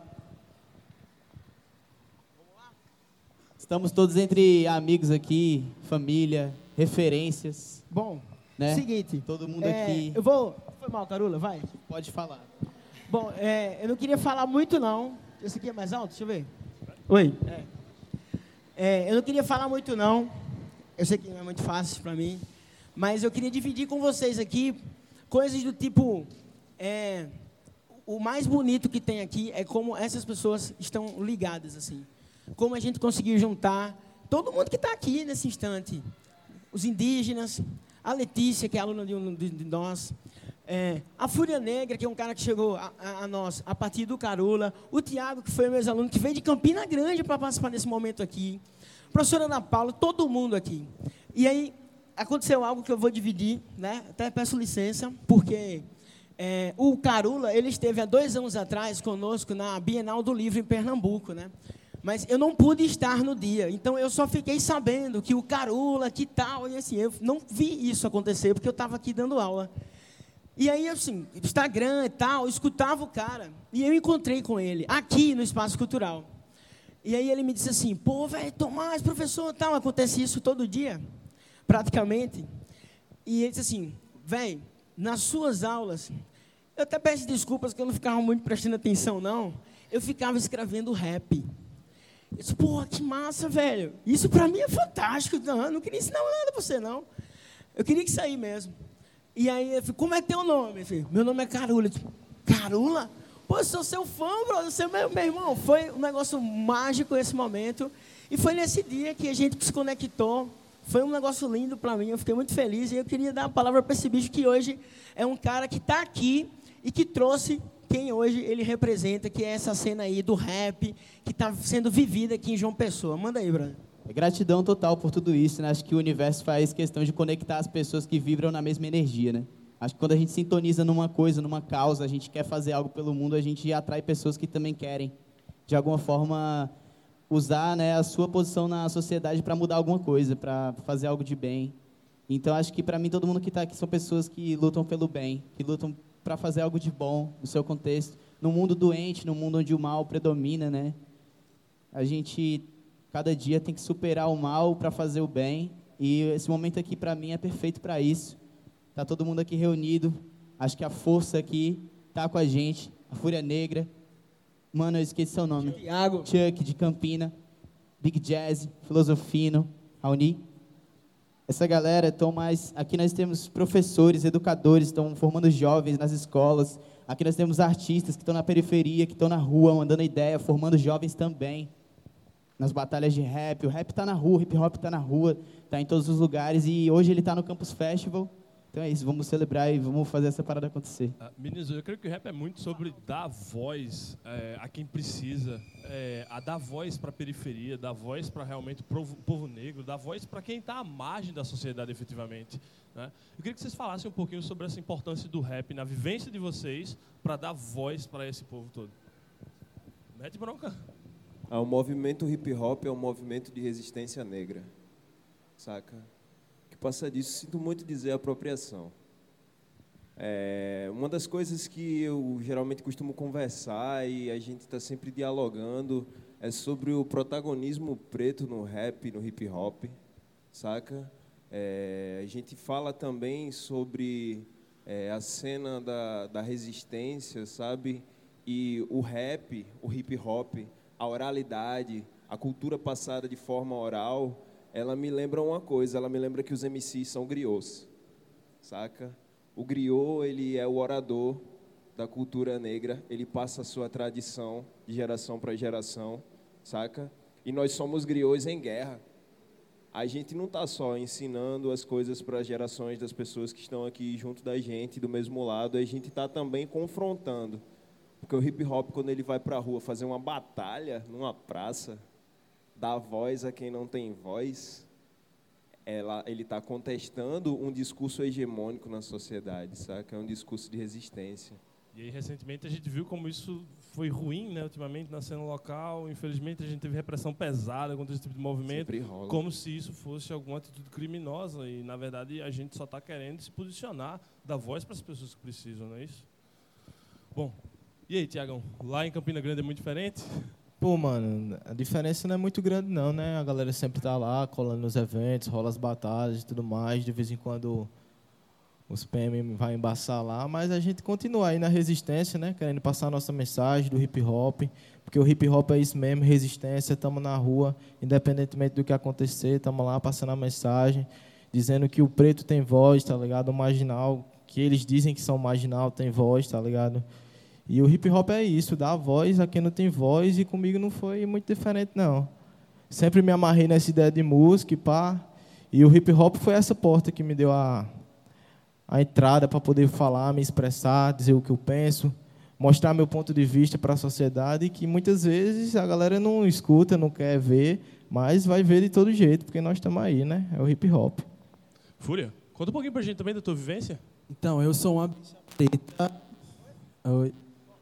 Estamos todos entre amigos aqui, família, referências, Bom, né? seguinte. Todo mundo é, aqui Eu vou... Foi mal, Carula, vai. pode falar. Bom, é, eu não queria falar muito, não. Esse aqui é mais alto? Deixa eu ver. Oi. É. É, eu não queria falar muito, não. Eu sei que não é muito fácil para mim. Mas eu queria dividir com vocês aqui coisas do tipo... É, o mais bonito que tem aqui é como essas pessoas estão ligadas, assim. Como a gente conseguiu juntar todo mundo que está aqui nesse instante. Os indígenas, a Letícia, que é aluna de, um, de, de nós, é, a Fúria Negra, que é um cara que chegou a, a, a nós a partir do Carula, o Tiago, que foi meu ex-aluno, que veio de Campina Grande para participar desse momento aqui, a professora Ana Paula, todo mundo aqui. E aí, aconteceu algo que eu vou dividir, né? Até peço licença, porque... É, o Carula, ele esteve há dois anos atrás conosco na Bienal do Livro em Pernambuco, né? Mas eu não pude estar no dia, então eu só fiquei sabendo que o Carula, que tal, e assim, eu não vi isso acontecer, porque eu estava aqui dando aula. E aí, assim, Instagram e tal, eu escutava o cara, e eu encontrei com ele, aqui no Espaço Cultural. E aí ele me disse assim, pô, velho, Tomás, professor, tal, acontece isso todo dia, praticamente. E ele disse assim, velho, nas suas aulas, eu até peço desculpas que eu não ficava muito prestando atenção, não. Eu ficava escrevendo rap. Eu disse, pô, que massa, velho. Isso para mim é fantástico. Não, eu não queria ensinar nada para você, não. Eu queria que sair mesmo. E aí, eu falei, como é teu nome? Eu falei, meu nome é Carula. Eu disse, Carula? Pô, eu sou seu fã, brother. Você é meu, meu irmão. Foi um negócio mágico esse momento. E foi nesse dia que a gente se conectou. Foi um negócio lindo para mim. Eu fiquei muito feliz. E eu queria dar a palavra para esse bicho que hoje é um cara que está aqui e que trouxe quem hoje ele representa, que é essa cena aí do rap, que está sendo vivida aqui em João Pessoa. Manda aí, brother. É gratidão total por tudo isso, né? Acho que o universo faz questão de conectar as pessoas que vibram na mesma energia, né? Acho que quando a gente sintoniza numa coisa, numa causa, a gente quer fazer algo pelo mundo, a gente atrai pessoas que também querem, de alguma forma, usar, né, a sua posição na sociedade para mudar alguma coisa, para fazer algo de bem. Então, acho que, para mim, todo mundo que está aqui são pessoas que lutam pelo bem, que lutam para fazer algo de bom no seu contexto. No mundo doente, no mundo onde o mal predomina, né? A gente, cada dia, tem que superar o mal para fazer o bem. E esse momento aqui, para mim, é perfeito para isso. Está todo mundo aqui reunido. Acho que a força aqui está com a gente. A Fúria Negra. Mano, eu esqueci seu nome. Thiago. Chuck, de Campina. Big Jazz, Filosofino, Raoni. Essa galera estão mais... Aqui nós temos professores, educadores, estão formando jovens nas escolas. Aqui nós temos artistas que estão na periferia, que estão na rua, mandando ideia, formando jovens também. Nas batalhas de rap. O rap está na rua, o hip hop está na rua, está em todos os lugares. E hoje ele está no Campus Festival. Então é isso, vamos celebrar e vamos fazer essa parada acontecer. Uh, meninos, eu creio que o rap é muito sobre dar voz é, a quem precisa, é, a dar voz para a periferia, dar voz para realmente o povo, povo negro, dar voz para quem está à margem da sociedade efetivamente. Né? Eu queria que vocês falassem um pouquinho sobre essa importância do rap na vivência de vocês para dar voz para esse povo todo. Mete bronca. Ah, o movimento hip hop é um movimento de resistência negra, saca? Passa disso, sinto muito dizer apropriação. É, uma das coisas que eu geralmente costumo conversar e a gente está sempre dialogando é sobre o protagonismo preto no rap, no hip hop, saca? É, a gente fala também sobre é, a cena da, da resistência, sabe? E o rap, o hip hop, a oralidade, a cultura passada de forma oral, ela me lembra uma coisa, ela me lembra que os M Cs são griots, saca? O griot, ele é o orador da cultura negra, ele passa a sua tradição de geração para geração, saca? E nós somos griots em guerra. A gente não está só ensinando as coisas para as gerações das pessoas que estão aqui junto da gente, do mesmo lado, a gente está também confrontando. Porque o hip hop, quando ele vai para a rua fazer uma batalha numa praça, dar voz a quem não tem voz, ela, ele está contestando um discurso hegemônico na sociedade, saca? É um discurso de resistência. E aí, recentemente, a gente viu como isso foi ruim, né, ultimamente, na cena local. Infelizmente, a gente teve repressão pesada contra esse tipo de movimento, como se isso fosse alguma atitude criminosa. E, na verdade, a gente só está querendo se posicionar, dar voz para as pessoas que precisam, não é isso? Bom, e aí, Tiagão? Lá em Campina Grande é muito diferente? Pô, mano, a diferença não é muito grande não, né? A galera sempre tá lá, colando nos eventos, rola as batalhas e tudo mais. De vez em quando os P M vai embaçar lá, mas a gente continua aí na resistência, né? Querendo passar a nossa mensagem do hip hop, porque o hip hop é isso mesmo, resistência. Estamos na rua, independentemente do que acontecer, estamos lá passando a mensagem, dizendo que o preto tem voz, tá ligado? O marginal, que eles dizem que são marginal, tem voz, tá ligado? E o hip-hop é isso, dá voz a quem não tem voz, e comigo não foi muito diferente, não. Sempre me amarrei nessa ideia de música e pá, e o hip-hop foi essa porta que me deu a, a entrada para poder falar, me expressar, dizer o que eu penso, mostrar meu ponto de vista para a sociedade, que muitas vezes a galera não escuta, não quer ver, mas vai ver de todo jeito, porque nós estamos aí, né? É o hip-hop. Fúria, conta um pouquinho para a gente também da tua vivência. Então, eu sou uma bicha preta... Oi.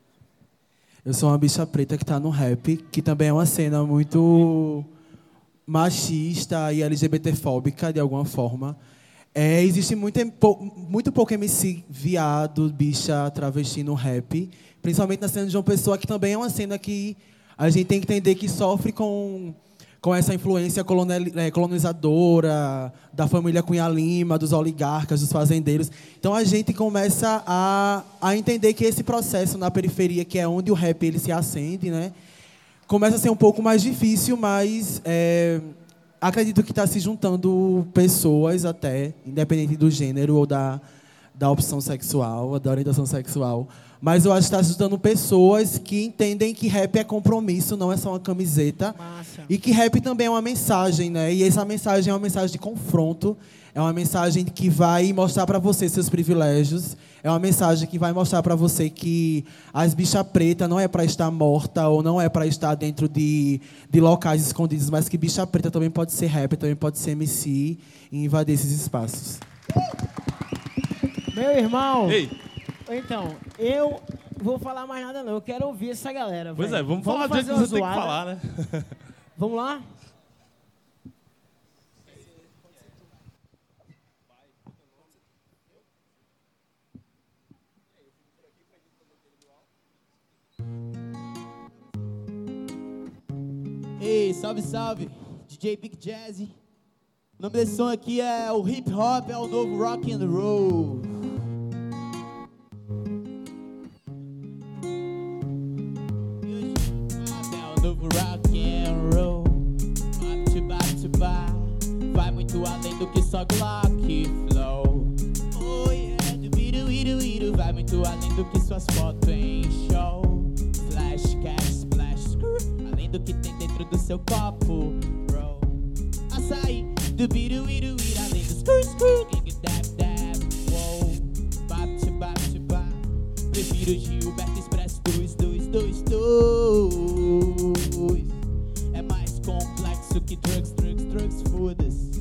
Eu sou uma bicha preta que está no rap, que também é uma cena muito machista e L G B T fóbica, de alguma forma. É, existe muito, muito pouco M C viado, bicha, travesti no rap, principalmente na cena de João Pessoa, que também é uma cena que a gente tem que entender que sofre com, com essa influência colonizadora da família Cunha Lima, dos oligarcas, dos fazendeiros. Então a gente começa a, a entender que esse processo na periferia, que é onde o rap ele se acende, né, começa a ser um pouco mais difícil, mas é, acredito que está se juntando pessoas até, independente do gênero ou da, da opção sexual, da orientação sexual. Mas eu acho que está se juntando pessoas que entendem que rap é compromisso, não é só uma camiseta. Massa. E que rap também é uma mensagem, né? E essa mensagem é uma mensagem de confronto, é uma mensagem que vai mostrar para você seus privilégios, é uma mensagem que vai mostrar para você que as bichas pretas não é para estar morta ou não é para estar dentro de, de locais escondidos, mas que bicha preta também pode ser rap, também pode ser M C e invadir esses espaços. Meu irmão... Ei. Então, eu vou falar mais nada não, eu quero ouvir essa galera. Pois véio. é, vamos, vamos falar do jeito que você tem que falar, né? Vamos lá? Ei, salve, salve, D J Big Jazzy. O nome desse som aqui é o Hip Hop, é o novo Rock and Roll. Vai muito além do que só Glock Flow. Oh yeah, do biru, iru, iru. Vai muito além do que suas fotos em show. Flash, cash, splash, screw. Além do que tem dentro do seu copo, bro. Açaí, do biru, iru, iru. Além do screw, screw. Ging, dab, dab, wow. Bap, tchibap, tchibap. Prefiro Gilberto Expresso dois, dois, dois, dois. É mais complexo que drugs, drugs, drugs, foda-se.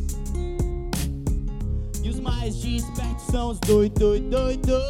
E os mais despertos são os doidos, doidos, doidos.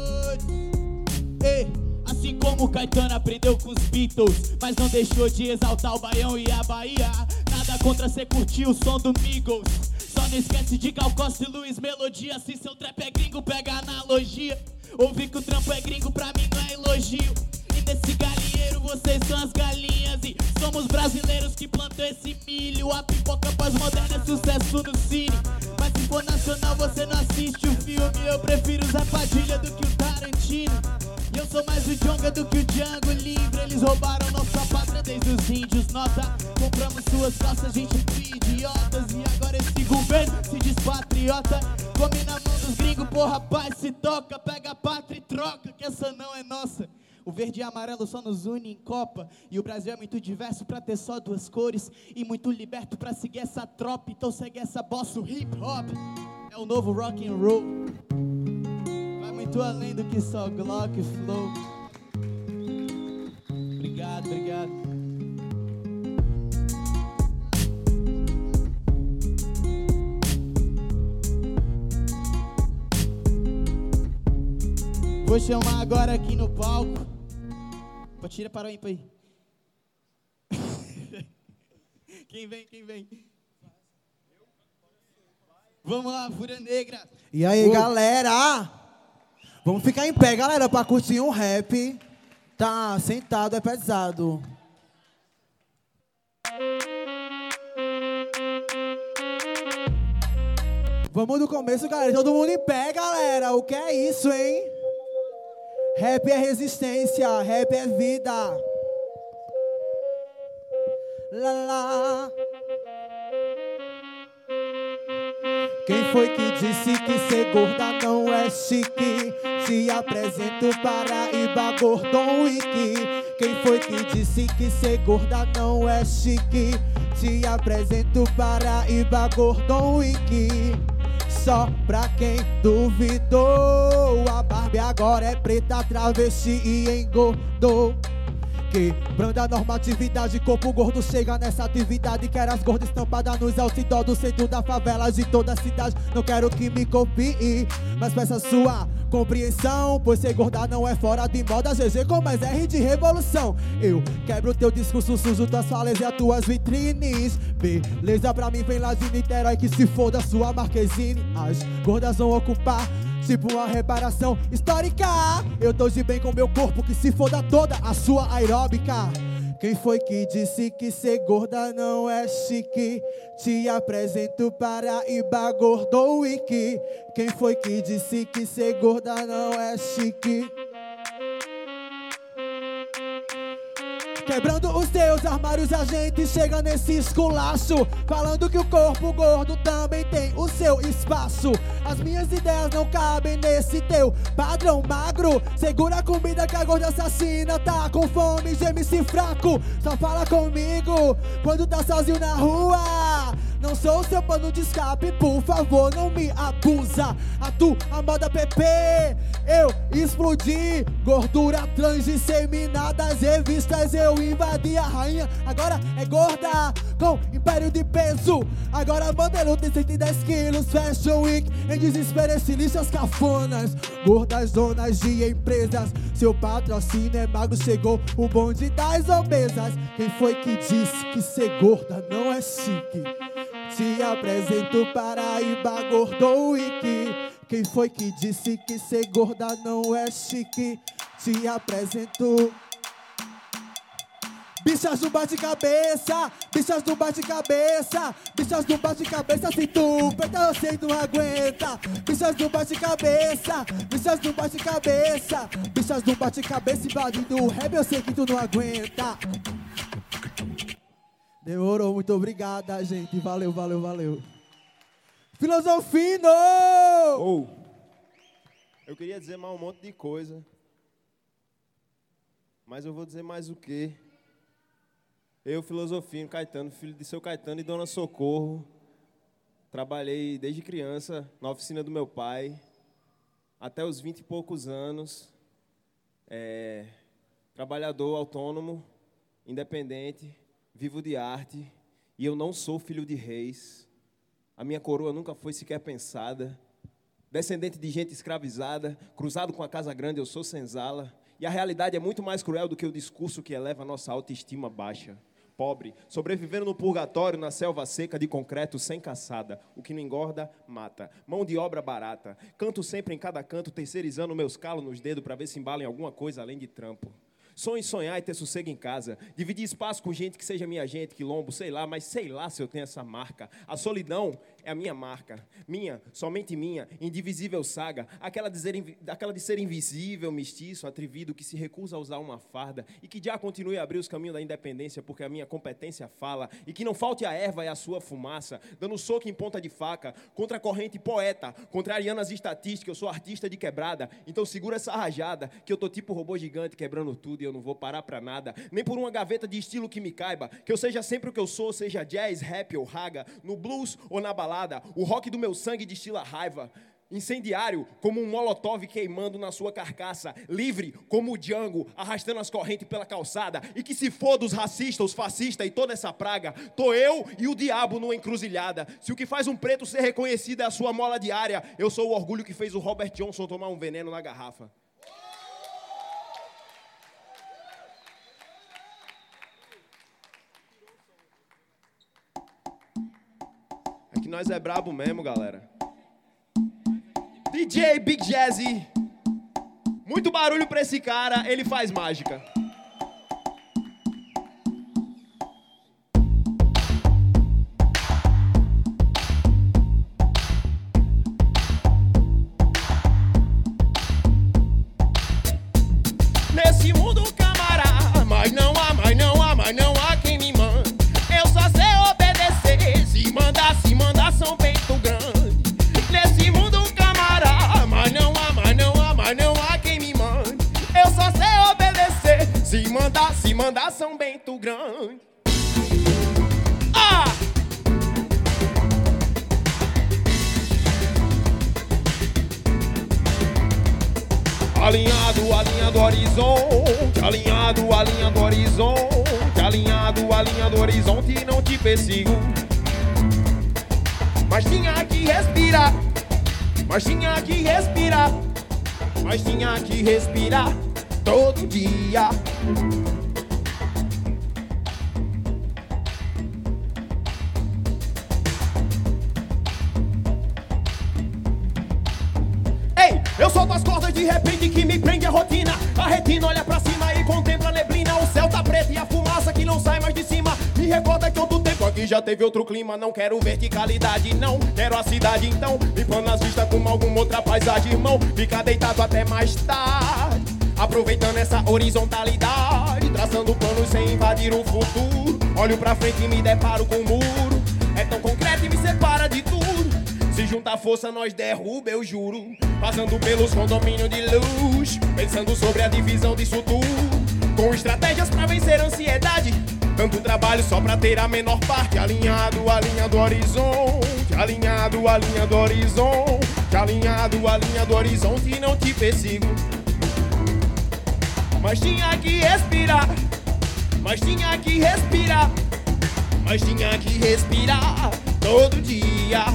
Ei, assim como o Caetano aprendeu com os Beatles, mas não deixou de exaltar o Baião e a Bahia. Nada contra cê curtir o som do Migos. Só não esquece de Gal Costa e Luiz Melodia. Se seu trap é gringo, pega a analogia. Ouvir que o trampo é gringo pra mim não é elogio. E nesse galinheiro vocês são as galinhas. E somos brasileiros que plantam esse milho. A pipoca pós-moderna é sucesso no cine. Mas se for nacional você não assiste o filme. Eu prefiro o Zé Padilha do que o Tarantino. E eu sou mais o Djonga do que o Django Livre. Eles roubaram nossa pátria desde os índios, nota. Compramos suas calças, gente idiotas. E agora esse governo se diz patriota. Come na mão dos gringos, porra, paz se toca. Pega a pátria e troca, que essa não é nossa. O verde e amarelo só nos une em Copa. E o Brasil é muito diverso pra ter só duas cores. E muito liberto pra seguir essa tropa. Então segue essa bossa, o hip hop é o novo rock and roll. Vai muito além do que só Glock Flow. Obrigado, obrigado. Vou chamar agora aqui no palco. Pode tirar para o ímpar aí. Quem vem, quem vem? Vamos lá, Fúria Negra. E aí, Ô. galera? Vamos ficar em pé, galera, pra curtir um rap. Tá, sentado é pesado. Vamos do começo, galera. Todo mundo em pé, galera. O que é isso, hein? Rap é resistência, rap é vida. Lá, lá. Quem foi que disse que ser gorda não é chique? Te apresento Paraíba Gordon Wiki. Quem foi que disse que ser gorda não é chique? Te apresento Paraíba Gordon Wiki. Só pra quem duvidou, a Barbie agora é preta, travesti e engordou. Quebrando a normatividade, corpo gordo chega nessa atividade. Quero as gordas estampadas nos outdoor do centro da favela de toda a cidade. Não quero que me copie, mas peça sua compreensão, pois ser gorda não é fora de moda. G G com mais R de revolução. Eu quebro teu discurso sujo, tuas falas e as tuas vitrines. Beleza pra mim, vem lá de Niterói, que se foda sua Marquezine. As gordas vão ocupar tipo uma reparação histórica. Eu tô de bem com meu corpo, que se foda toda a sua aeróbica. Quem foi que disse que ser gorda não é chique? Te apresento Paraíba Gordo Wiki. Quem foi que disse que ser gorda não é chique? Quebrando os teus armários, a gente chega nesse esculacho, falando que o corpo gordo também tem o seu espaço. As minhas ideias não cabem nesse teu padrão magro. Segura a comida que a gorda assassina, tá com fome, geme-se fraco. Só fala comigo quando tá sozinho na rua. Não sou o seu pano de escape, por favor, não me abusa. A tu, a moda P P, eu explodi. Gordura transdisseminada, as revistas eu invadi. A rainha agora é gorda, com império de peso. Agora modelo tem cento e dez quilos. Fashion Week, em desespero, estilistas cafonas. Gordas donas de empresas, seu patrocínio é magro. Chegou o bonde das obesas. Quem foi que disse que ser gorda não é chique? Te apresento Paraíba Gordo Wiki. Quem foi que disse que ser gorda não é chique? Te apresento bichas do bate-cabeça, bichas do bate-cabeça, bichas do bate-cabeça. Se tu aperta você não aguenta. Bichas do bate-cabeça, bichas do bate-cabeça, bichas do bate-cabeça. Invadindo o rap, eu sei que tu não aguenta. Demorou, muito obrigada, gente. Valeu, valeu, valeu. Filosofino! Oh, eu queria dizer mais um monte de coisa, mas eu vou dizer mais o quê? Eu, Filosofino, Caetano, filho de seu Caetano e Dona Socorro, trabalhei desde criança na oficina do meu pai, até os vinte e poucos anos, é, trabalhador autônomo, independente, vivo de arte, e eu não sou filho de reis. A minha coroa nunca foi sequer pensada. Descendente de gente escravizada, cruzado com a casa grande, eu sou senzala. E a realidade é muito mais cruel do que o discurso que eleva a nossa autoestima baixa. Pobre, sobrevivendo no purgatório, na selva seca de concreto, sem caçada. O que não engorda, mata. Mão de obra barata. Canto sempre em cada canto, terceirizando meus calos nos dedos para ver se embala em alguma coisa além de trampo. Sonho em sonhar e ter sossego em casa. Dividir espaço com gente que seja minha gente, quilombo, sei lá, mas sei lá se eu tenho essa marca. A solidão é a minha marca. Minha, somente minha, indivisível saga. Aquela de ser, aquela de ser invisível, mestiço, atrevido, que se recusa a usar uma farda. E que já continue a abrir os caminhos da independência, porque a minha competência fala. E que não falte a erva e a sua fumaça. Dando soco em ponta de faca. Contra a corrente poeta. Contrariando as estatísticas, eu sou artista de quebrada. Então segura essa rajada, que eu tô tipo robô gigante quebrando tudo. E eu não vou parar pra nada, nem por uma gaveta de estilo que me caiba, que eu seja sempre o que eu sou, seja jazz, rap ou raga, no blues ou na balada, o rock do meu sangue destila raiva, incendiário como um molotov queimando na sua carcaça, livre como o Django, arrastando as correntes pela calçada, e que se foda os racistas, os fascistas e toda essa praga, tô eu e o diabo numa encruzilhada. Se o que faz um preto ser reconhecido é a sua mola diária, eu sou o orgulho que fez o Robert Johnson tomar um veneno na garrafa. Que nós é brabo mesmo, galera. D J Big Jazzy. Muito barulho pra esse cara, ele faz mágica. Nesse mundo, camarada, mas não há, mas não há, mas não há quem me mande. Eu só sei obedecer, se mandar, se mandar são peito grande. Nesse mundo, camarada, mas não há, mas não há, mas não há quem me mande. Eu só sei obedecer, se mandar, se mandar são peito grande. Ah! Alinhado, alinhado horizonte, alinhado, alinhado horizonte, alinhado, alinhado horizonte e não te persigo. Mas tinha que respirar, mas tinha que respirar, mas tinha que respirar todo dia. Ei, eu solto as cordas de repente que me prende a rotina. A retina olha pra cima e contempla a neblina. O céu tá preto e a fumaça que não sai mais de cima me recorda que outro tempo aqui já teve outro clima. Não quero verticalidade, não quero a cidade, então limpando as vistas com alguma outra paisagem, irmão. Fica deitado até mais tarde, aproveitando essa horizontalidade, traçando planos sem invadir o futuro. Olho pra frente e me deparo com um muro, é tão concreto e me separa de tudo. Se juntar força nós derruba, eu juro. Passando pelos condomínios de luz, pensando sobre a divisão disso tudo, com estratégias pra vencer a ansiedade. Tanto trabalho só pra ter a menor parte. Alinhado a linha do horizonte, alinhado a linha do horizonte, alinhado a linha do horizonte e não te persigo. Mas tinha que respirar, mas tinha que respirar, mas tinha que respirar todo dia.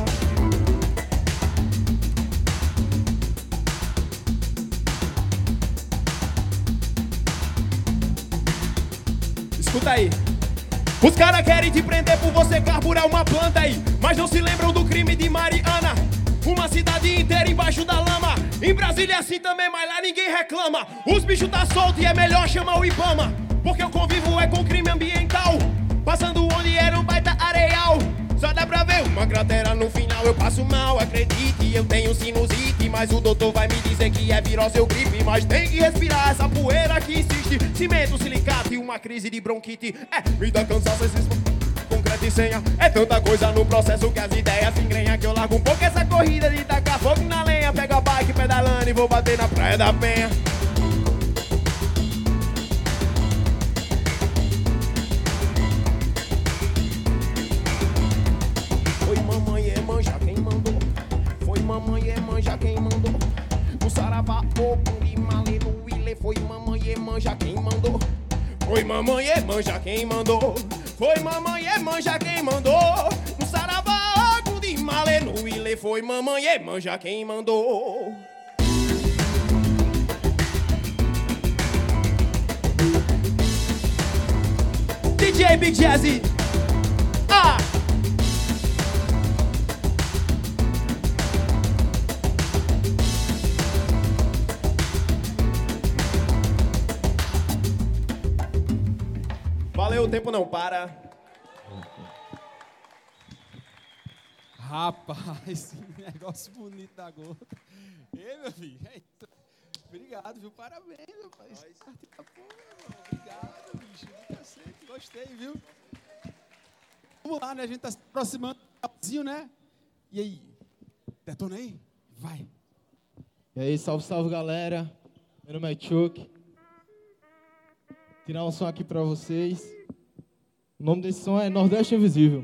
Escuta aí. Os caras querem te prender por você carburar uma planta aí, mas não se lembram do crime de Mariana. Uma cidade inteira embaixo da lama. Em Brasília é assim também, mas lá ninguém reclama. Os bichos tá solto e é melhor chamar o Ibama, porque eu convivo é com crime ambiental, passando onde era um baita areal. Só dá pra ver uma cratera no final, eu passo mal, acredite, eu tenho sinusite, mas o doutor vai me dizer que é virose ou gripe. Mas tem que respirar essa poeira que insiste, cimento, silicate e uma crise de bronquite. É, me dá cansaço esses concreto e senha, é tanta coisa no processo que as ideias se engrenham, que eu largo um pouco essa corrida de tacar fogo na lenha. Pego a bike pedalando e vou bater na Praia da Penha. Mamãe é manja quem mandou. O saravá, o bumbi, malê, no ile. Foi mamãe é manja quem mandou. Foi mamãe é manja quem mandou. Foi mamãe é manja quem mandou. No saravá, o bumbi, malê, no ile. Foi mamãe é manja quem mandou. D J Big Jazzy. Ah! Valeu, o tempo não para. Rapaz, que negócio bonito da gota. Ei, meu filho. Eita. Obrigado, viu? Parabéns, rapaz. Obrigado, bicho. Gostei, viu? Vamos lá, né? A gente tá se aproximando do finalzinho, né? E aí? Detona aí? Vai. E aí, salve, salve, galera. Meu nome é Chuck. Tirar um som aqui pra vocês. O nome desse som é Nordeste Invisível.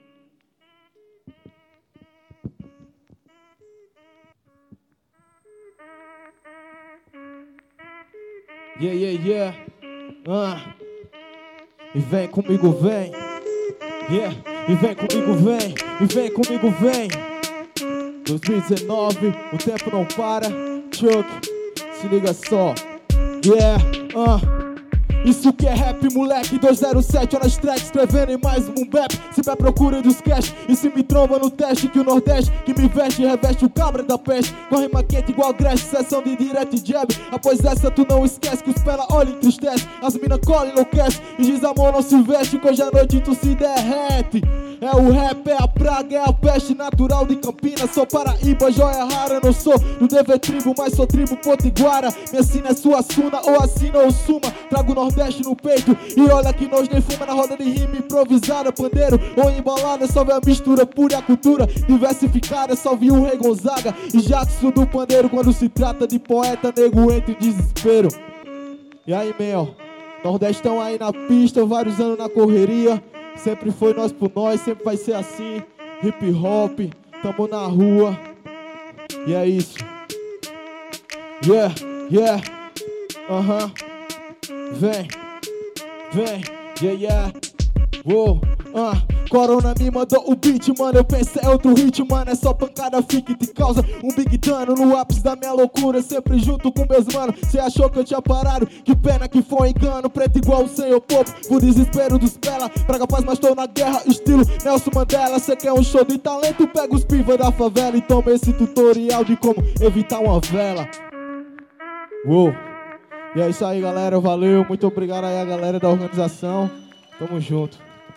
Yeah, yeah, yeah. Ah. E vem comigo, vem. Yeah. E vem comigo, vem. E vem comigo, vem. dois mil e dezenove, o tempo não para. Chuck, se liga só. Yeah. Ah. Isso que é rap, moleque, dois zero sete horas track, escrevendo em mais um bap. Se me procura dos cash e se me tromba no teste, que o Nordeste que me veste reveste o cabra da peste. Com rima quente igual Gresh, sessão de direct jab. Após essa tu não esquece que os pela olha e entristece. As mina cola e enlouquece e diz amor não se veste, que hoje à noite tu se derrete. É o rap, é a praga, é a peste natural de Campinas. Sou Paraíba, joia rara, não sou do D V tribo, mas sou tribo potiguara. Me assina é sua suna, ou assina ou suma. Trago o Nordeste no peito e olha que nós nem fuma na roda de rima improvisada. Pandeiro ou embalada, só vê a mistura pura e a cultura diversificada. Só vi o Rei Gonzaga e Jackson do pandeiro. Quando se trata de poeta, nego entra em desespero. E aí, meu, Nordestão aí na pista, vários anos na correria. Sempre foi nós por nós, sempre vai ser assim. Hip hop, tamo na rua. E é isso. Yeah, yeah. Aham. Uh-huh. Vem, vem, yeah, yeah. Uou, ah, Corona me mandou o beat, mano. Eu pensei é outro hit, mano. É só pancada, fica e te causa um big dano. No ápice da minha loucura, sempre junto com meus manos. Cê achou que eu tinha parado? Que pena que foi engano. Preto igual o senhor Popo, o desespero dos pela. Praga paz, mas tô na guerra, estilo Nelson Mandela. Cê quer um show de talento? Pega os piva da favela e toma esse tutorial de como evitar uma vela. Uou. E é isso aí, galera. Valeu. Muito obrigado aí a galera da organização. Tamo junto.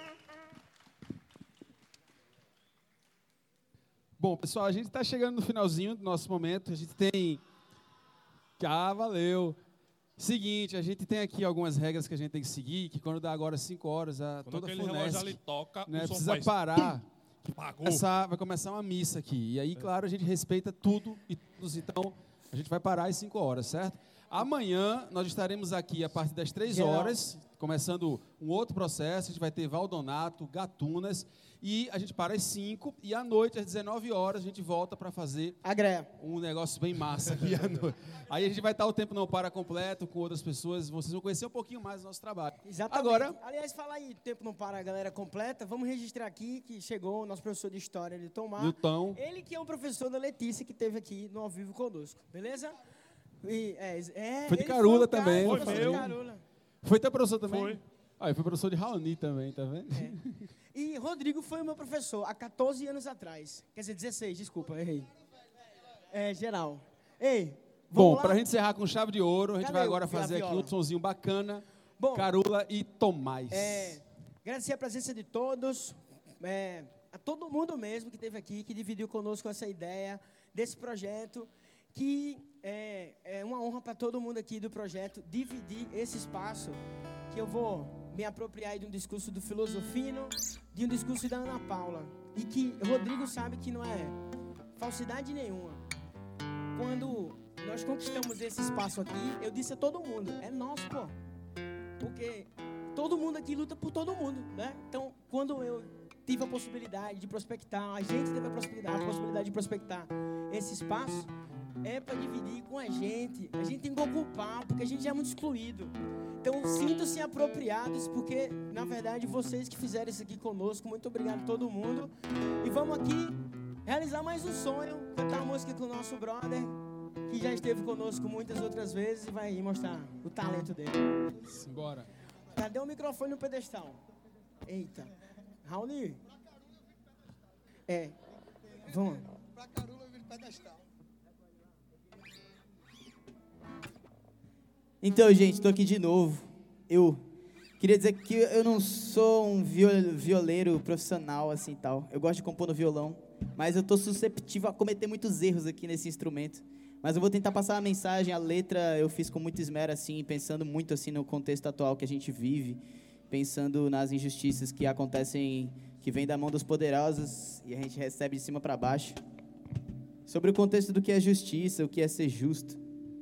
Bom, pessoal, a gente está chegando no finalzinho do nosso momento. A gente tem... Ah, valeu. Seguinte, a gente tem aqui algumas regras que a gente tem que seguir, que quando dá agora cinco horas, a, Quando toda a aquele relógio ali Funesc, toca, né, o som precisa faz... parar. Pagou. Vai começar, vai começar uma missa aqui. E aí, claro, a gente respeita tudo e todos. Então, a gente vai parar às cinco horas, certo? Amanhã, nós estaremos aqui a partir das três horas, começando um outro processo. A gente vai ter Valdonato, Gatunas, e a gente para às cinco. E à noite, às dezenove horas, a gente volta para fazer Agreia. um negócio bem massa aqui à noite. Aí a gente vai estar o Tempo Não Para completo com outras pessoas. Vocês vão conhecer um pouquinho mais do nosso trabalho. Exatamente. Agora, Aliás, fala aí, Tempo Não Para, a galera completa. Vamos registrar aqui que chegou o nosso professor de História, de Tomar. Nilton. Ele que é um professor da Letícia, que esteve aqui no Ao Vivo conosco. Beleza? E, é, é, Foi de ele Carula foi o cara, também. Foi Foi de meu. Carula. foi teu professor também? Foi. Ah, eu fui professor de Raoni também, tá vendo? É. E Rodrigo foi o meu professor há quatorze anos atrás. Quer dizer, dezesseis, desculpa, errei. É, geral. Ei, vamos Bom, lá? para a gente encerrar com chave de ouro, a gente Cadê vai o- agora a fazer aqui viola? um sonzinho bacana. Bom, Carula e Tomás. É, agradecer a presença de todos, é, a todo mundo mesmo que esteve aqui, que dividiu conosco essa ideia desse projeto, que é, é uma honra para todo mundo aqui do projeto dividir esse espaço, que eu vou me apropriar de um discurso do Filosofino, de um discurso da Ana Paula, e que Rodrigo sabe que não é falsidade nenhuma. Quando nós conquistamos esse espaço aqui, eu disse a todo mundo, é nosso, pô. Porque todo mundo aqui luta por todo mundo, né? Então, quando eu tive a possibilidade de prospectar, a gente teve a possibilidade, a possibilidade de prospectar esse espaço, é para dividir com a gente. A gente tem que ocupar, porque a gente já é muito excluído. Então, sintam-se apropriados, porque, na verdade, vocês que fizeram isso aqui conosco, muito obrigado a todo mundo. E vamos aqui realizar mais um sonho, cantar a música com o nosso brother, que já esteve conosco muitas outras vezes e vai mostrar o talento dele. Simbora. Cadê o microfone no pedestal? Eita. Raoni. É. Vamos. Pra Carula eu viro pedestal. Então, gente, estou aqui de novo. Eu queria dizer que eu não sou um viol- violeiro profissional, assim, tal. Eu gosto de compor no violão, mas eu estou susceptível a cometer muitos erros aqui nesse instrumento. Mas eu vou tentar passar a mensagem, a letra eu fiz com muito esmero, assim, pensando muito, assim, no contexto atual que a gente vive, pensando nas injustiças que acontecem, que vêm da mão dos poderosos e a gente recebe de cima para baixo. Sobre o contexto do que é justiça, o que é ser justo.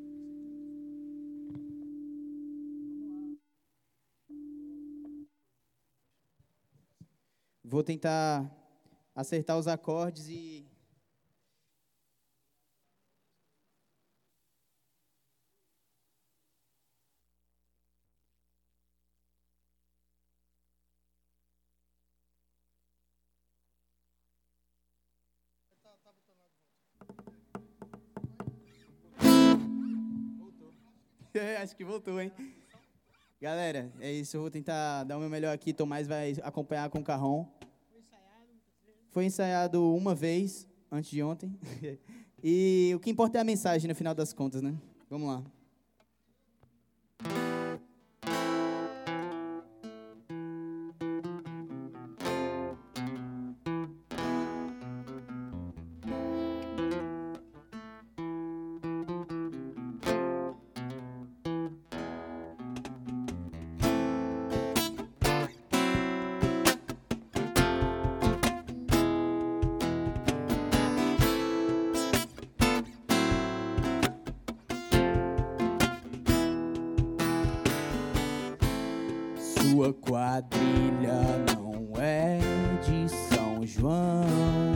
Vou tentar acertar os acordes e... Acho que voltou, hein? Galera, é isso. Eu vou tentar dar o meu melhor aqui. Tomás vai acompanhar com o carrom. Foi ensaiado uma vez, antes de ontem. E o que importa é a mensagem, no final das contas, né? Vamos lá. Sua quadrilha não é de São João.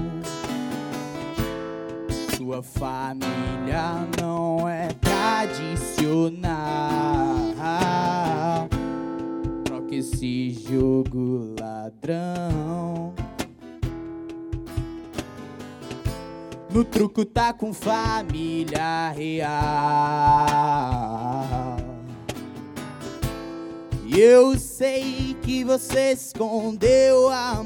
Sua família não é tradicional. Troca esse jogo, ladrão. No truco tá com família real. E eu sei que você escondeu a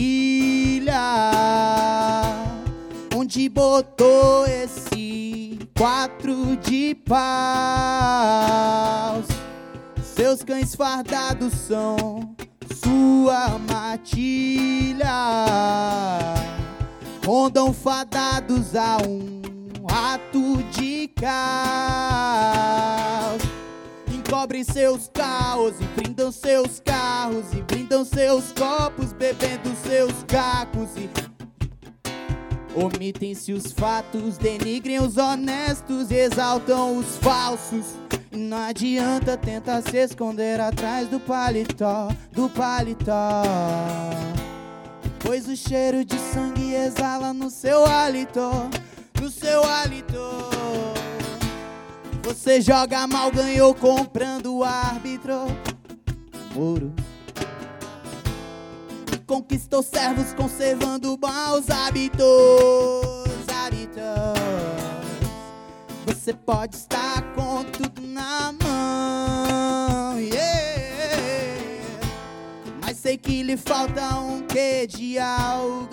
manilha onde botou esse quatro de paus. Seus cães fardados são sua matilha, rondam fadados a um rato de caos. Encobrem seus caos e brindam seus carros e brindam seus copos, bebendo seus cacos e omitem-se os fatos, denigrem os honestos e exaltam os falsos. E não adianta tentar se esconder atrás do paletó, do paletó, pois o cheiro de sangue exala no seu hálito, no seu hálito. Você joga mal, ganhou comprando o árbitro. Moro. Conquistou servos, conservando maus hábitos, hábitos. Você pode estar com tudo na mão, yeah, mas sei que lhe falta um quê de algo.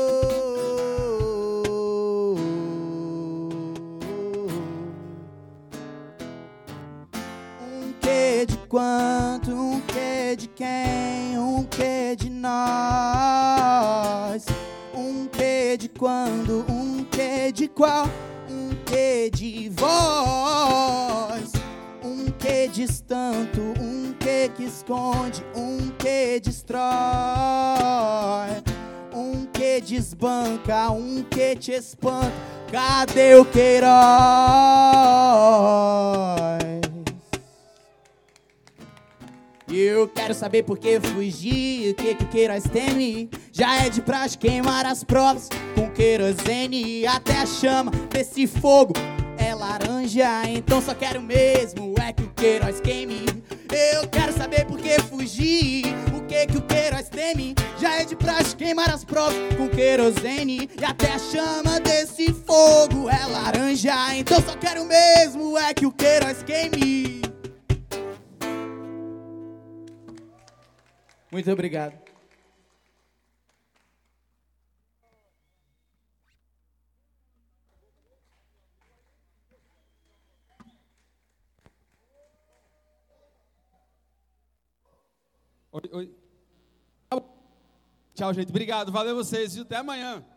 Um quê de quanto, um quê de quem, um quê de nós, um quê de quando, um quê de qual, um quê de voz, um quê distante, um quê que esconde, um quê destrói, um quê desbanca, um quê te espanta. Cadê o Queiroz? E eu quero saber por que fugir, o que que o Queiroz teme. Já é de praxe queimar as provas com querosene. Até a chama desse fogo é laranja, então só quero mesmo é que o Queiroz queime. Eu quero saber por que fugir, o que que o Queiroz teme. Já é de praxe queimar as provas com querosene. E até a chama desse fogo é laranja, então só quero mesmo é que o Queiroz queime. Muito obrigado. Oi, oi. Tchau, gente. Obrigado. Valeu vocês. E até amanhã.